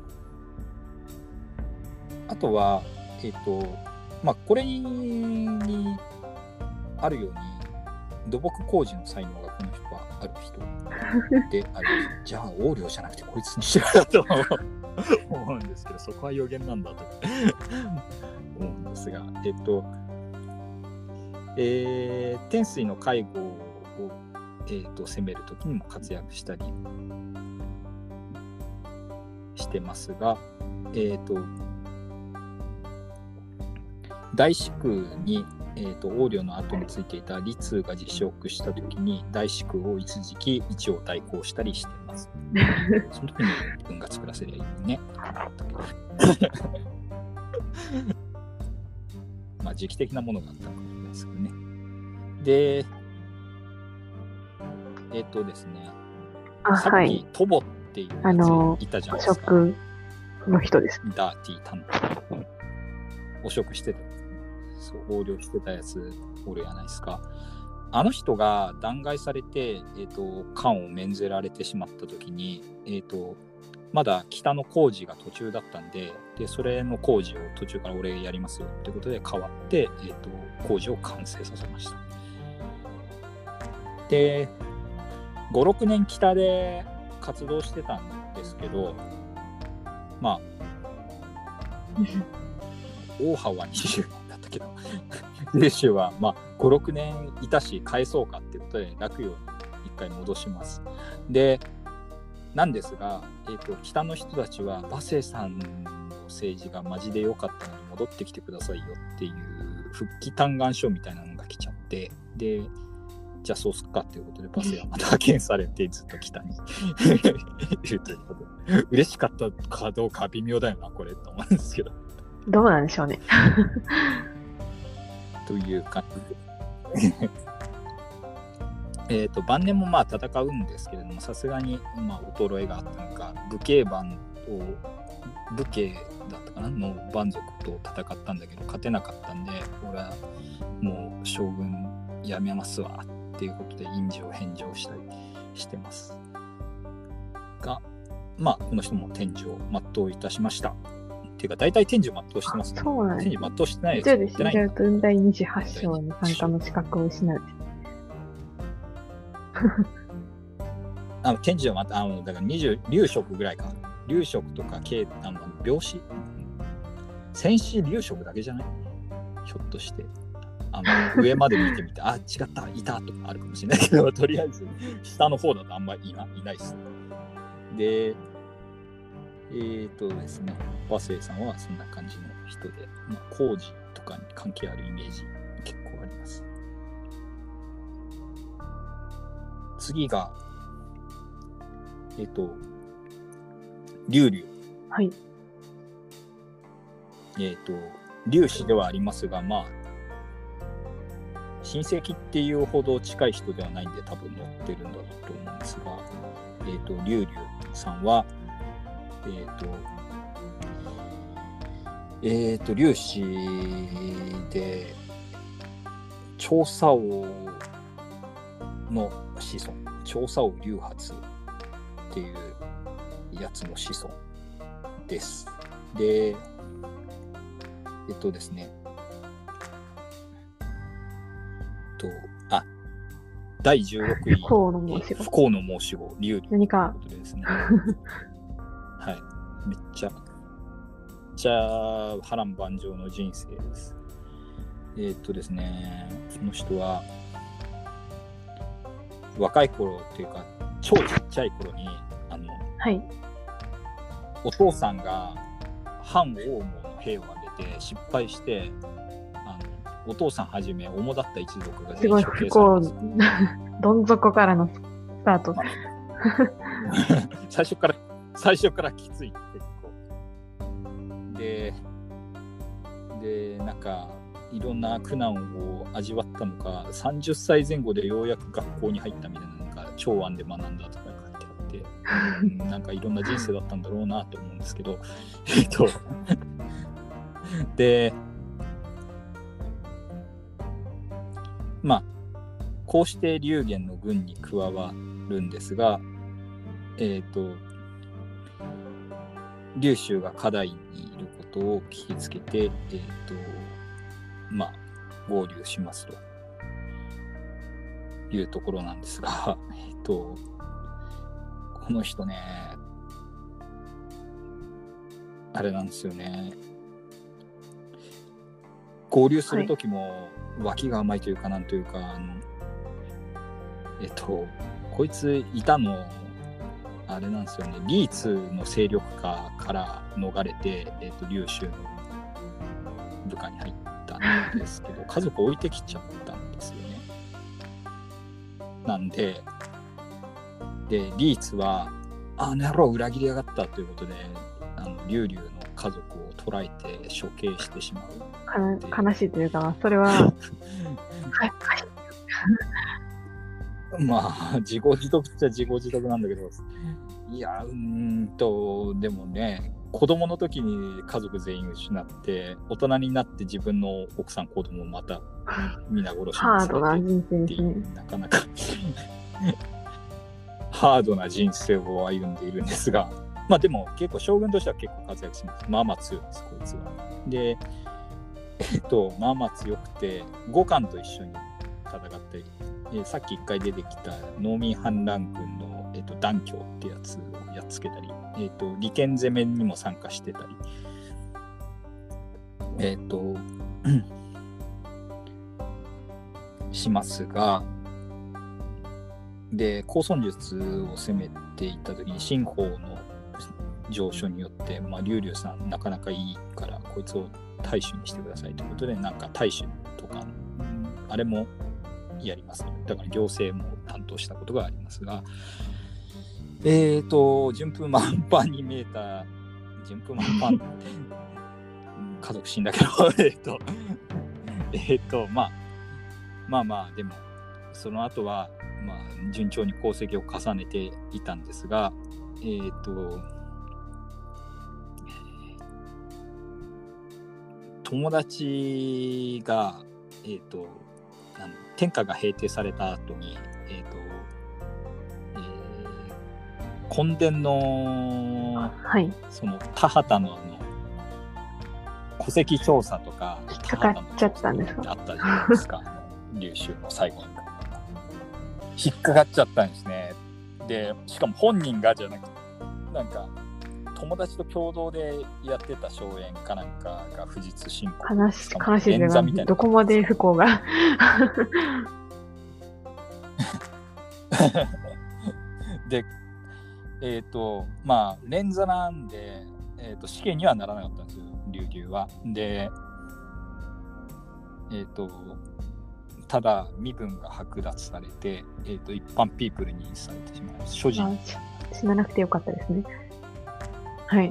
あとはえっ、ー、とまあ、これにあるように土木工事の才能がこの人はある人であるじゃあ横領じゃなくてこいつにしろよと思うんですけど、そこは予言なんだと思うんですが、えっと、えー、天水の介護を、えー、と攻めるときにも活躍したりしてますが、えっと大司空に、えー、と横領の後についていた李通が辞職したときに大司空を一時期一応代行したりしています。その時に軍が作らせりゃいいね。まあ時期的なものがあったのかもしれないですけどね。で、えっ、ー、とですね、 あさっき、はい、トボっていうやついたじゃないですか。 汚職の人です。 ダーティー担当。汚職してた。そう横領してたやつおるやないですか。あの人が弾劾されて、えーと、官を免ぜられてしまった時に、えーと、まだ北の工事が途中だったんで、でそれの工事を途中から俺やりますよということで変わって、えーと、工事を完成させました。でごろくねん北で活動してたんですけど、まあ大派はにじゅうねんだったけど劉州はまあごろくねんいたし返そうかっていうことで洛陽に一回戻します。でなんですが、えーと、北の人たちは馬清さんの政治がマジで良かったのに戻ってきてくださいよっていう復帰嘆願書みたいなのが来ちゃって、でじゃあそうすっかっていうことで馬清はまた派遣されてずっと北にいるということで、嬉しかったかどうか微妙だよなこれと思うんですけど、 どうなんでしょうねという感じでえと晩年もまあ戦うんですけれども、さすがにまあ衰えがあったのか、武慶番と武慶だったかなの蛮族と戦ったんだけど勝てなかったんで、俺はもう将軍やめますわっていうことで印字を返上したりしてますが、まあこの人も天寿を全ういたしましたっていうか、大体天寿を全うしてますね。 そうなんです。 天寿全うしてないです。 途中で死んじゃうと雲台にじゅうはち章の参加の資格を失う。 あの天寿はまたあのだからにじゅう龍職ぐらいか、龍職とか慶あの病死戦死龍職だけじゃない、ひょっとしてあの上まで見てみてあ違ったいたとかあるかもしれないけどとりあえず下の方だとあんまりいな、いないです。でえーとですね和生さんはそんな感じの人で、まあ、工事とかに関係あるイメージ結構あります。次がえっ、ー、と劉龍、 はい、 えっ、ー、と劉氏ではありますが、まあ親戚っていうほど近い人ではないんで多分乗ってるんだろうと思うんですが、えっ、ー、と劉龍さんはえっ、ー、とえっ、ー、と劉氏で長沙王の子孫、長沙王劉発っていうやつの子孫です。で、えっとですね、とあだいじゅうろくい不幸の申し子、 不幸の申し子劉龍何かということでですね、はい、めっちゃめっちゃ波乱万丈の人生です。えっとですね、その人は若い頃っていうか超ちっちゃい頃にあの、 はい、 お父さんが反王毛の兵を挙げて失敗してあのお父さんはじめ主だった一族が全員処刑されます。すごい不幸どん底からのスタート最初から最初からきつい結構ででなんかいろんな苦難を味わったのかさんじゅっさいぜん後でようやく学校に入ったみたいな、なんか長安で学んだとか書いてあって、うん、なんかいろんな人生だったんだろうなと思うんですけどえっとでまあこうして龍玄の軍に加わるんですが、えっと劉州が家代にいることを聞きつけて、えっとまあ合流しますというところなんですが、えっとこの人ねあれなんですよね、合流する時も脇が甘いというかなんというか、あのえっとこいついたのあれなんですよね、リーツの勢力下から逃れて、えっと劉州の部下に入ったんですけど家族置いてきちゃったんですよね。なんででリーツはあの野郎裏切りやがったということであの劉龍の家族を捕らえて処刑してしまう。 か悲しいというかそれはまあ自業自得っちゃ自業自得なんだけど、いやうーんとでもね子供の時に家族全員失って大人になって自分の奥さん子供をまた皆殺しにされてハードな人生ですね。 なかなかハードな人生を歩んでいるんですが、まあでも結構将軍としては結構活躍します。まあまあ強いですこいつは。でえっとまあまあ強くて五冠と一緒に戦って、えー、さっき一回出てきた農民反乱軍の、えー、と団協ってやつをやっつけたり、えー、と利権攻めにも参加してたり、えっ、ー、としますが、で高尊術を攻めていった時に秦法の上書によって、まあ、劉龍さんなかなかいいからこいつを大衆にしてくださいということで、なんか大衆とかあれもやります。だから行政も担当したことがありますが、えーと順風満帆に見えた順風満帆家族死んだけどえっとえーとまあまあまあでもその後はまあ順調に功績を重ねていたんですが、えーと友達がえーとあの天下が平定された後にえっ、ー、と、えー、墾田の、 はい、 その田畑のあの戸籍調査とか引っかかっちゃったんですか。 あったじゃないですか劉州の最後に引っかかっちゃったんですね。でしかも本人がじゃなくてなんか友達と共同でやってた荘園かなんかが不実進行。 悲し悲しいですね。どこまで不幸が。 で、えっ、ー、と、まあ、連座なんで、えーと、死刑にはならなかったんですよ、リュウリュウは。で、えっ、ー、と、ただ身分が剥奪されて、えーと、一般ピープルにされてしまいます。所持。 死ななくてよかったですね。はい。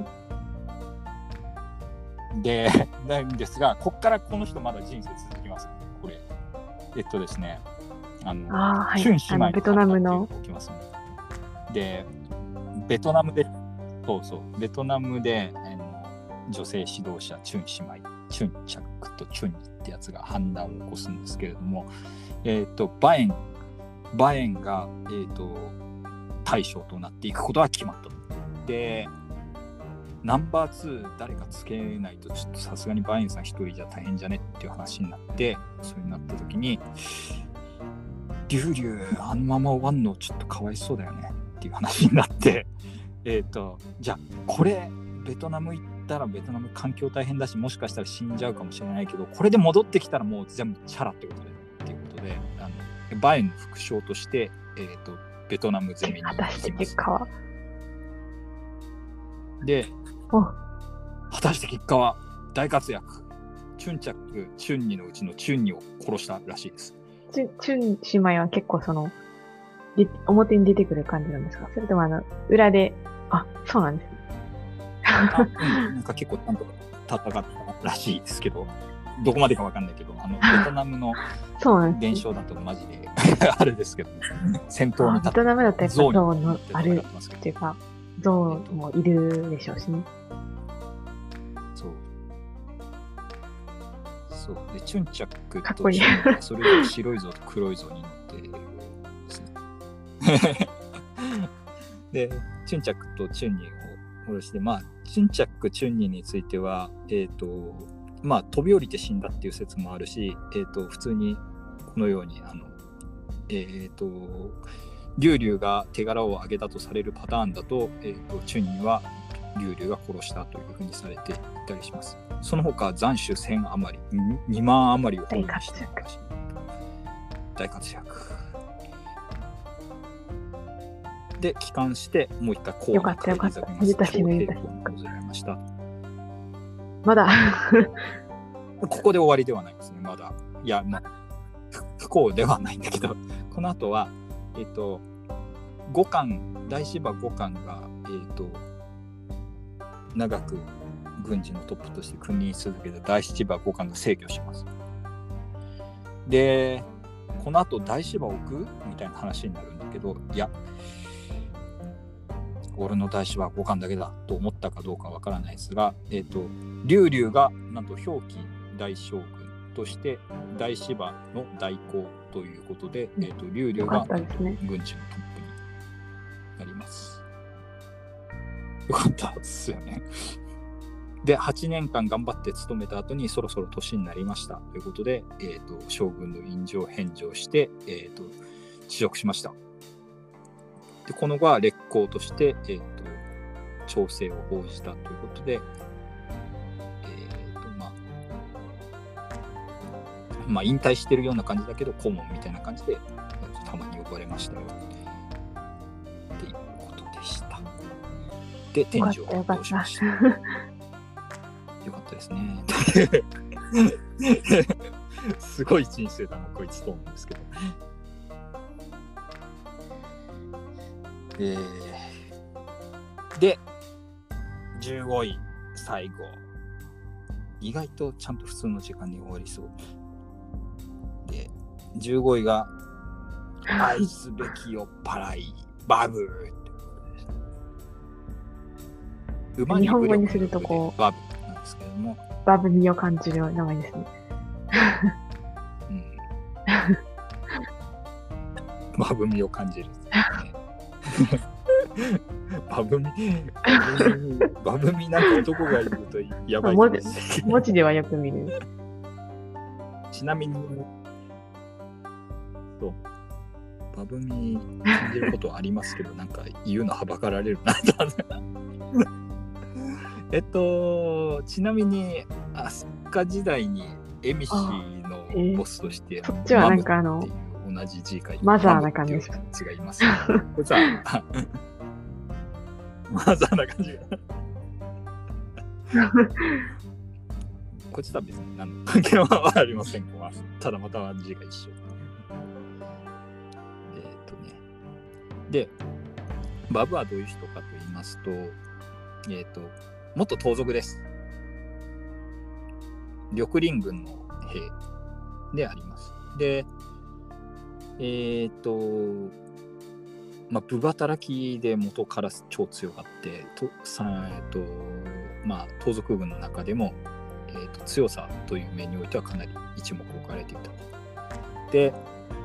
で、なんですが、こっからこの人まだ人生続きます、ね。これ。えっとですね、あの、 あ、はい、 チュン姉妹のベトナムの。 起きますね。で、ベトナムで、そうそう、ベトナムで、あの女性指導者、チュン姉妹、チュンチャックとチュンニってやつが反乱を起こすんですけれども、えっと、バエン、バエンが、えっと、大将となっていくことは決まった。で、ナンバーツー誰かつけないとちょっとさすがにバエンさん一人じゃ大変じゃねっていう話になって、そうになった時にリュウリュウあのまま終わんのちょっとかわいそうだよねっていう話になってえっとじゃあこれベトナム行ったらベトナム環境大変だしもしかしたら死んじゃうかもしれないけどこれで戻ってきたらもう全部チャラってことでっていうことであのバエンの副将として、えー、とベトナム攻めに行きます。 果たして結果はで果たして結果は大活躍。チュンチャック、チュンニのうちのチュンニを殺したらしいです。 チュチュン姉妹は結構その表に出てくる感じなんですか？それともあの裏で、あ、そうなんですね。 あ、うん、なんか結構ちゃんと戦ったらしいですけど、どこまでかわかんないけど、あのベトナムの伝承だとマジであれですけど、ね、戦闘に立ってベトナムだったらゾウのあるっていうか、ゾウもいるでしょうしね。 そう。そうでチュンチャックとチュンはそれぞれ白い像と黒い像に乗っているんですね。でチュンチャックとチュンニーを下ろして、まあチュンチャックチュンニーについてはえっ、ー、とまあ飛び降りて死んだっていう説もあるし、えっ、ー、と普通にこのようにあのえっ、ー、とリュウリュウが手柄を挙げたとされるパターンだと、えっ、とチュンニーはリュウリュウが殺したというふうにされていたりします。その他斬首せん余り、にまん余りを保有していたらしい。大活躍。で帰還してもう一回こうよかったよかった。めでたしめでたし。 訪れました。 まだここで終わりではないですね。まだいやまあ不幸ではないんだけど、この後はえっ、ー、と五冠大芝五冠がえっ、ー、と長く軍事のトップとして君臨し続けた大芝五冠が制御します。でこの後大芝を置くみたいな話になるんだけど、いや俺の大芝五冠だけだと思ったかどうかわからないですが、えっ、ー、とリュウリュウがなんと表記大将軍として大芝の代行ということで、えー、とリュウリュウが軍事のトップになります。よかったですよね。ではちねんかん頑張って勤めた後にそろそろ年になりましたということで、えー、と将軍の印状返上して、えー、と辞職しました。でこの後は烈公として、えー、と調整を報じたということで、えーとまあ、まあ引退してるような感じだけど顧問みたいな感じでたまに呼ばれましたよっていうことでした。で天井を落としました。よかったですね。すごい人生だなこいつと思うんですけど。えー、でじゅうごい最後、意外とちゃんと普通の時間に終わりそうで、じゅうごいが愛すべき酔っ払いバブーってことです。馬に日本語にするとこうバブなんですけども、 バブ味を感じる名前ですね。 うん、バブ味を感じる、ね。バブミ、バブミなんか男がいるとやばい文字。文字ではよく見る。 ちなみに、そう、バブミ感じることはありますけど、なんか言うのはばかられるなと。 えっとちなみに飛鳥時代にエミシのボスとして、 えー、そっちはなんかあの同じ字書いてマザーな感じですか。 違います。こいつはマザーな感じが。こいつとは別に何の関係はありませんが、ただまた字が一緒。えっとね。で、バブはどういう人かと言いますと、えっと、元盗賊です。緑林軍の兵であります。で、えっと、まあ、部働きで元から超強がって、とさえっと、まあ、盗賊軍の中でも、えー、と強さという面においてはかなり一目置かれていた。で、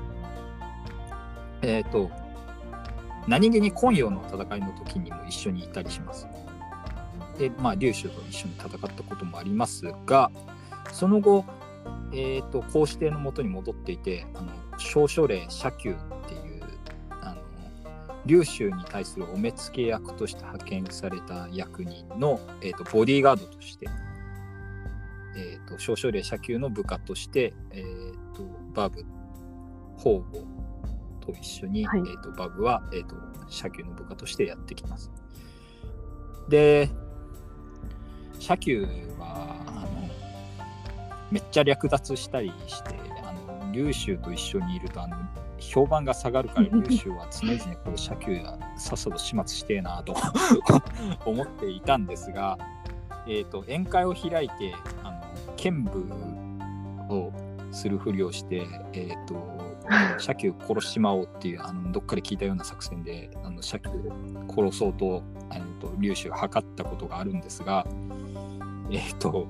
えっ、ー、と、何気に昆陽の戦いの時にも一緒にいたりします。で、まあ、劉州と一緒に戦ったこともありますが、その後、えっ、ー、と、皇子帝の元に戻っていて、あの、少書令社宮っていう、あの、劉州に対するお目付け役として派遣された役人の、えー、とボディーガードとして、えー、と少書令社宮の部下として、えー、とバブ、方々と一緒に、はい、えー、とバブは、えー、と社宮の部下としてやってきます。で、社宮はあのめっちゃ略奪したりして、あの劉州と一緒にいるとあの評判が下がるから劉州は常々これ社宮がさっさと始末してえなと思っていたんですが、えー、と宴会を開いてあの剣舞をするふりをして、えー、と社宮殺しまおうっていうあのどっかで聞いたような作戦であの社宮殺そうとあのと劉州が図ったことがあるんですが、えー、と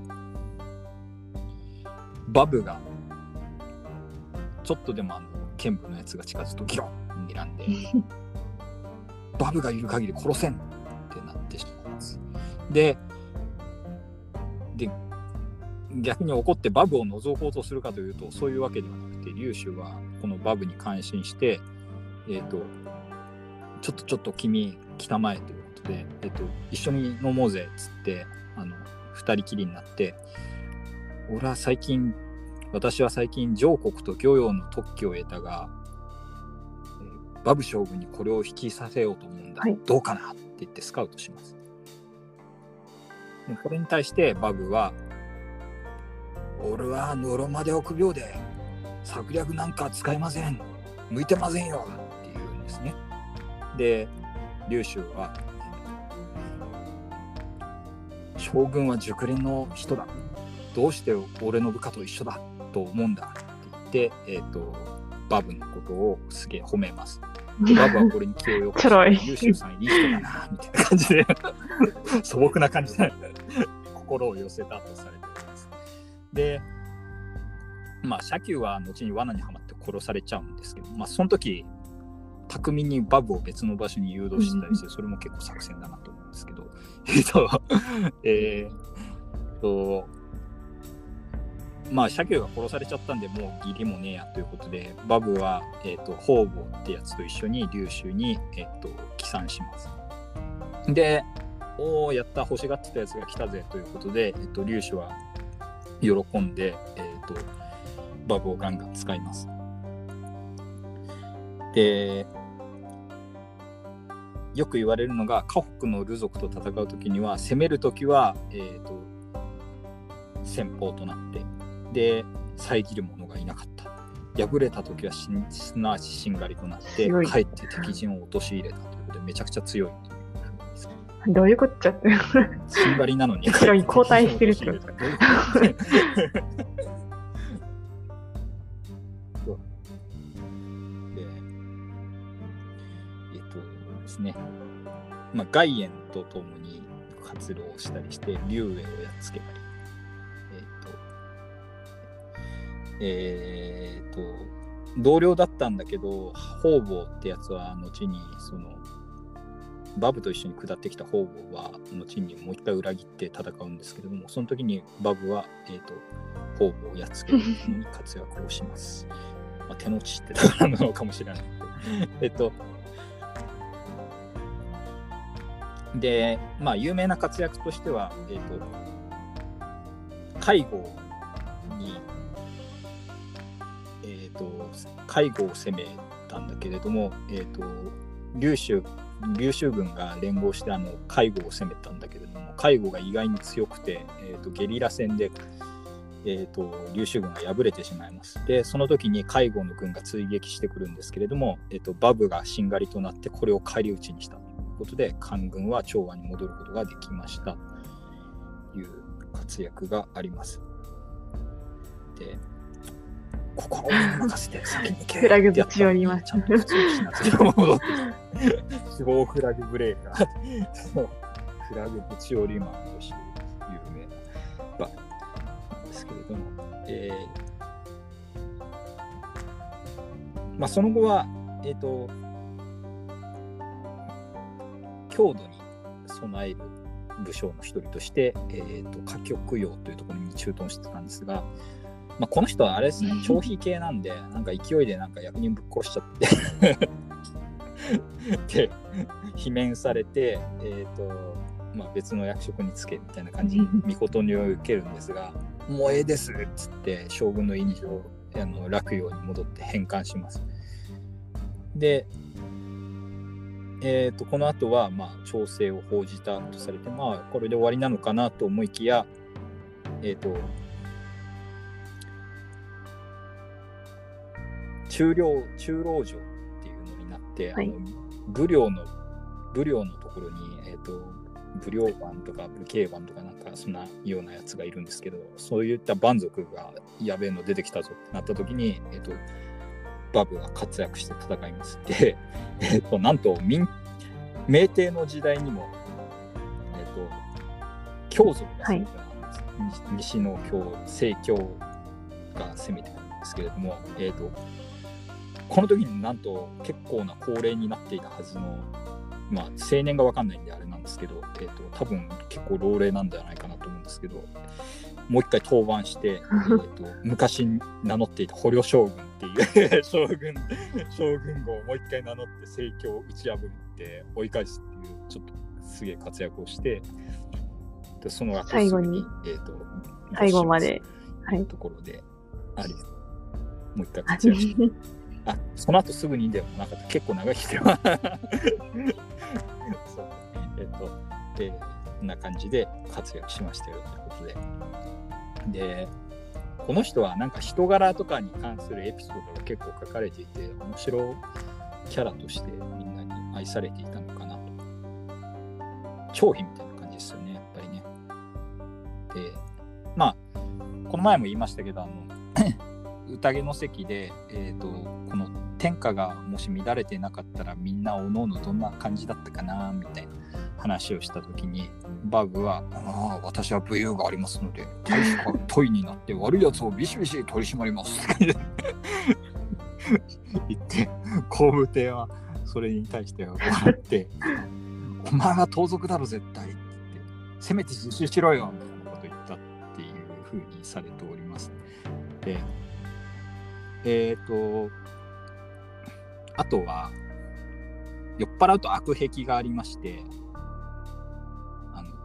バブがちょっとでもあの剣舞のやつが近づくとギロン睨んでバブがいる限り殺せんってなってしまいます。でで逆に怒ってバブを覗こうとするかというとそういうわけではなくて、劉州はこのバブに感心して、えー、とちょっとちょっと君来たまえということで、えー、と一緒に飲もうぜっつってあの二人きりになって、俺は最近私は最近上国と御用の特許を得たが、えー、バブ将軍にこれを引きさせようと思うんだ、はい、どうかなって言ってスカウトします。でこれに対してバブは、俺はノロまで臆病で策略なんか使えません、向いてませんよって言うんですね。で、劉州は、将軍は熟練の人だ、どうして俺の部下と一緒だと思うんだって言って、えーと、バブのことをすげえ褒めます。バブはこれに気をよくして、劉州さんいい人だなみたいな感じで素朴な感じで心を寄せたとされております。で、まあ社宮は後に罠にはまって殺されちゃうんですけど、まあその時巧みにバブを別の場所に誘導してたりして、それも結構作戦だなと思うんですけど、えっとえーとまあ社宮が殺されちゃったんでもう義理もねえやということで、バブは、えー、と方々ってやつと一緒に劉州に、えー、と帰参します。で、おーやった、欲しがってたやつが来たぜということで、えー、と劉州は喜んで、えー、とバブをガンガン使います。で、よく言われるのが、華北のル族と戦うときには、攻めるときは、えー、と先鋒となってで遮る者がいなかった、敗れたときはしすなわちしんがりとなって帰って敵陣を陥れたということで、めちゃくちゃ強いというです、ね、 どういうこっちゃってしんがりなのに後ろに交代してるってことで、えっとですね、まあ、外縁とともに活動したりして劉衛をやっつけたり、えー、と同僚だったんだけど、方々ってやつは後にそのバブと一緒に下ってきた方々は後にもう一回裏切って戦うんですけれども、その時にバブは、えー、と方々をやっつけるのに活躍をします。まあ、手の内ってだからなのかもしれないえっとで、まあ、有名な活躍としては、えーと、介護に、えーと、介護を攻めたんだけれども、えーと、劉州劉州軍が連合してあの介護を攻めたんだけれども、介護が意外に強くて、えーと、ゲリラ戦で、えーと、劉州軍が敗れてしまいます。で、その時に介護の軍が追撃してくるんですけれども、えーと、バブがしんがりとなってこれを返り討ちにしたということで、官軍は長安に戻ることができましたという活躍があります。で、ここは俺に任せて先に行けフラグぶち寄ります。 ちゃんと普通にしなくて戻ってきた。死亡フラグブレーカー。フラグぶち寄りマンとして有名なバなんですけれども、えー、まあその後はえっと強度に備える武将の一人として、えーと歌曲用というところに駐屯してたんですが。まあ、この人はあれですね、長飛系なんで、なんか勢いでなんか役人ぶっ殺しちゃってで、罷免されて、えーとまあ、別の役職に就けみたいな感じに御事に受けるんですが、もうええですっつって将軍の印状あの洛陽に戻って返還します。で、えーとこの後はまあ調整を報じたとされて、まあこれで終わりなのかなと思いきや、えーと中領中老城っていうのになって、はい、あの武領の武領のところに、えーと、武領番とか武慶番とかなんかそんなようなやつがいるんですけど、そういった番族がやべえの出てきたぞってなった時に、えーと、バブが活躍して戦います。で、えーと、なんと明明帝の時代にも、えーと、羌族が攻めてたんです、はい、西の羌西羌が攻めてたんですけれども、えーとこの時になんと結構な高齢になっていたはずの、まあ青年が分かんないんであれなんですけど、えーと、多分結構老齢なんじゃないかなと思うんですけど、もう一回登板して、えーと昔名乗っていた捕虜将軍っていう将軍将軍号をもう一回名乗って西羌を打ち破って追い返すっていうちょっとすげえ活躍をして、でその後最後に、 えーと最後まではいところであり、もう一回活躍してあ、その後すぐにでもなかった。結構長い人はそう、えっと、で、こんな感じで活躍しましたよということで。で、この人はなんか人柄とかに関するエピソードが結構書かれていて、面白いキャラとしてみんなに愛されていたのかなと。張飛みたいな感じですよね、やっぱりね。で、まあ、この前も言いましたけど、あの、宴の席で、えーと、この天下がもし乱れてなかったらみんなおのおのどんな感じだったかなみたいな話をした時に、バブはあ私は武勇がありますので大使が問いになって悪いやつをビシビシ取り締まりますって言って、皇武帝はそれに対して笑ってお前は盗賊だろ絶対って言ってせめて自首しろよみたいなことを言ったっていう風にされております。でえーと、あとは酔っ払うと悪癖がありまして、あの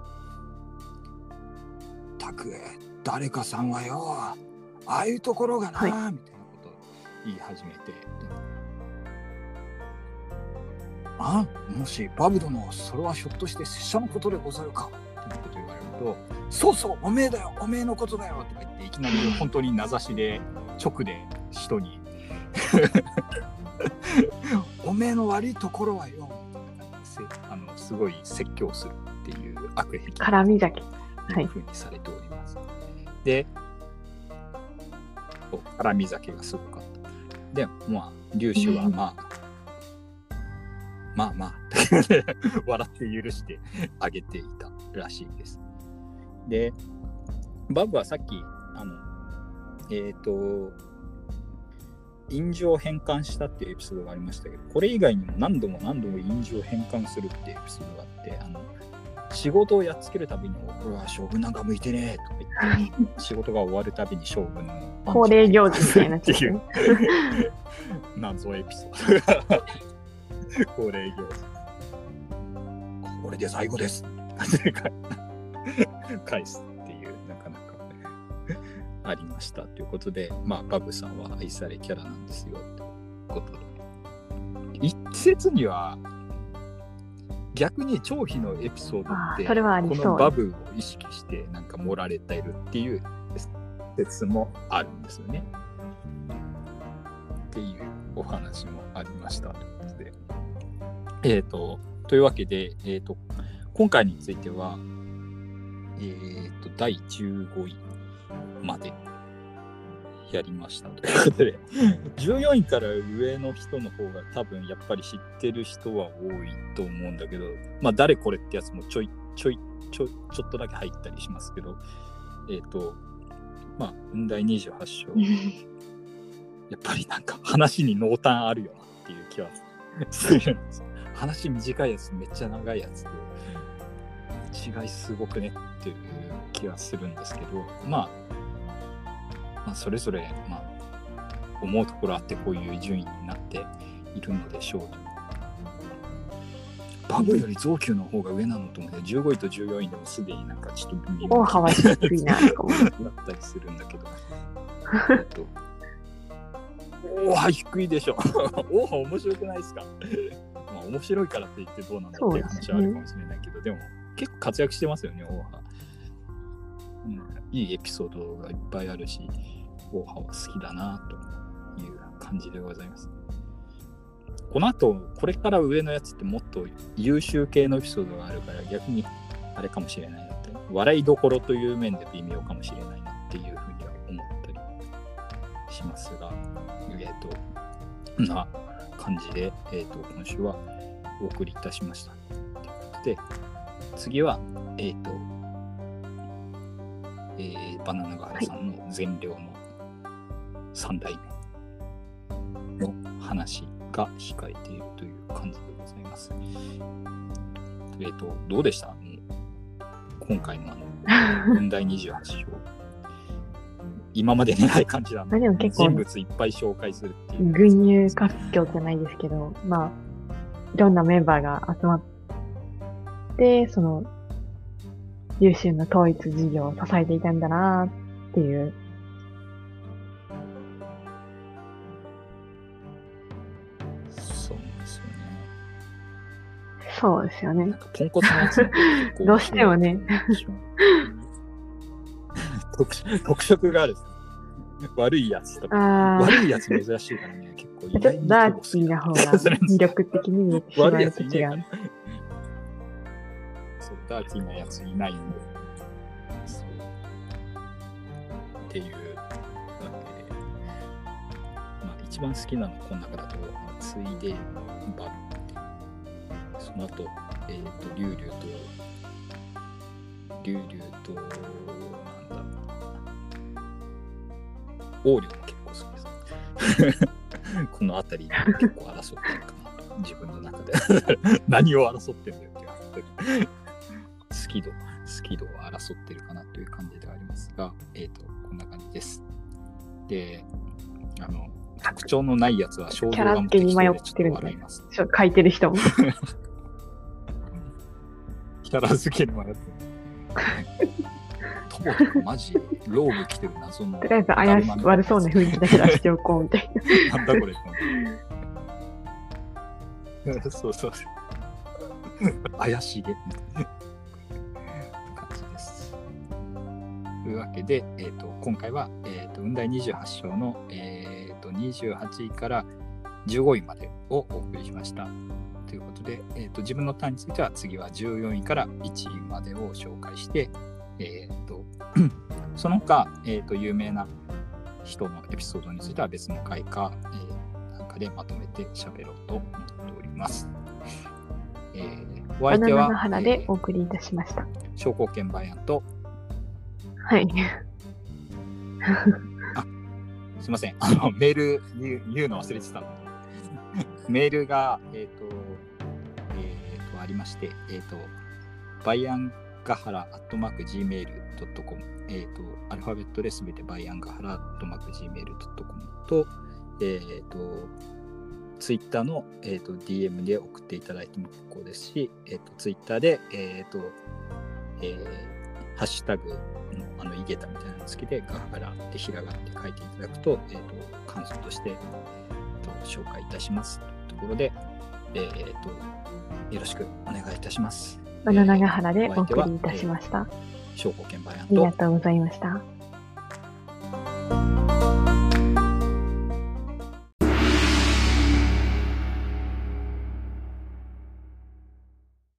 たく誰かさんはよああいうところがな、はい、みたいなことを言い始めて、あもしバブ殿それはひょっとして拙者のことでござるかってこと言われると、そうそうおめえだよおめえのことだよとか言っていきなり本当に名指しで直で人におめえの悪いところはよあのすごい説教するっていう悪癖絡み酒というふうにされております、はい、で絡み酒がすごかったでまあ劉氏はまあ、うん、まあまあ笑って許してあげていたらしいです。でバブはさっきあのえっ、ー、と印字を返還したっていうエピソードがありましたけど、これ以外にも何度も何度も印字を返還するっていうエピソードがあって、あの仕事をやっつけるたびに俺は将軍なんか向いてねえとか言って仕事が終わるたびに将軍の恒例行事みたいなっていう謎エピソード恒例行事ここれで最後です返すっていう、なかなかありましたということで、まあバブさんは愛されキャラなんですよということで、一説には逆に張飛のエピソードってそれはありそう、 このバブを意識してなんか盛られているっていう説もあるんですよねっていうお話もありましたということで、えーとというわけで、えーと今回については、えーとだいじゅうごいまでやりましたということでじゅうよんいから上の人の方が多分やっぱり知ってる人は多いと思うんだけど、まあ誰これってやつもちょいちょいちょちょっとだけ入ったりしますけど、えっとまあ雲台にじゅうはち章やっぱりなんか話に濃淡あるよなっていう気はするんですよ。話短いやつめっちゃ長いやつと違いすごくねっていう気はするんですけど、まあまあ、それぞれ、まあ、思うところあってこういう順位になっているのでしょうと。バブより増級の方が上なのと思ってじゅうごいとじゅうよんいでもすでになんかちょっと微妙大幅に低いなと思なったりするんだけどえっと大波低いでしょ大波面白くないですかまあ面白いからって言ってどうなんだっていう話はあるかもしれないけど、 で, ね、でも結構活躍してますよね大波、うん、いいエピソードがいっぱいあるし大波は好きだなという感じでございます。この後これから上のやつってもっと優秀系のエピソードがあるから逆にあれかもしれないなって、笑いどころという面で微妙かもしれないなっていうふうには思ったりしますが、えっとな感じで、えっと今週はお送りいたしました。で次はえっと、えー、バナナガールさんの善良のさん代目の話が控えているという感じでございます。えっとどうでした？今回のあの雲台にじゅうはち章今までにない感じだな。 でも結構人物いっぱい紹介するっていう。 群雄割拠じゃないですけど、まあいろんなメンバーが集まってその優秀な統一事業を支えていたんだなっていう。 そうですよね。 そうですよね。 なんかポンコツのやつどうしてもね特, 特色がある。悪いやつとか。悪いやつ珍しいからね、結構意外にダーティーな方が魅力的に見えてしまうと違う。 そう、ダーティーなやついないんで。そう。っていうわけで、まあ一番好きなのこの中だと、ついでバブ。その後、えっ、ー、と、リュウリュウと、リュウリュウと、なんだ、王領も結構好きです。この辺りで結構争ってるかなと、自分の中で。何を争ってんだよっていう。好き度、好き度を争ってるかなという感じではありますが、えっ、ー、と、こんな感じです。で、あの、特徴のないやつは肖像画も適当でちょっと笑います。 書いてる人も。 キャラ付けに迷ってる。トボとかマジローブ着てる謎の。 とりあえず怪し悪そうな雰囲気だけ出しておこうみたいな。なんだこれ。そうそう。怪しげ。感じです。というわけで、えー、と今回は、えー、と雲台にじゅうはち章の、えー、とにじゅうはちいからじゅうごいまでをお送りしました。ということで、えー、と自分のターンについては次はじゅうよんいからいちいまでを紹介して、えー、とその他、えー、と有名な人のエピソードについては別の回か、えー、なんかでまとめて喋ろうと思っております。えー、お相手はバナナの花でお送りいたしました。 商工券売案と、 はい。 あ、すいません。あのメール言う、言うの忘れてたの。メールが、えっ、ー、と、えっ、ー、と、ありまして、えっ、ー、と、バイアンガハラアットマーク ジーメールドットコム、えっ、と、アルファベットですべてバイアンガハラアットマーク ジーメールドットコム と、えっ、と、 ツイッターの、えー、と ディーエム で送っていただいても結構ですし、えー、とツイッターで、えーとえー、ハッシュタグのあのイゲタみたいなのつけてガハガラってひらがなで書いていただくと、えー、と感想として、えー、と紹介いたしますというところで、えー、とよろしくお願いいたします。 バナナガハラでお送りいたしました。 えー、証拠券売案とありがとうございました。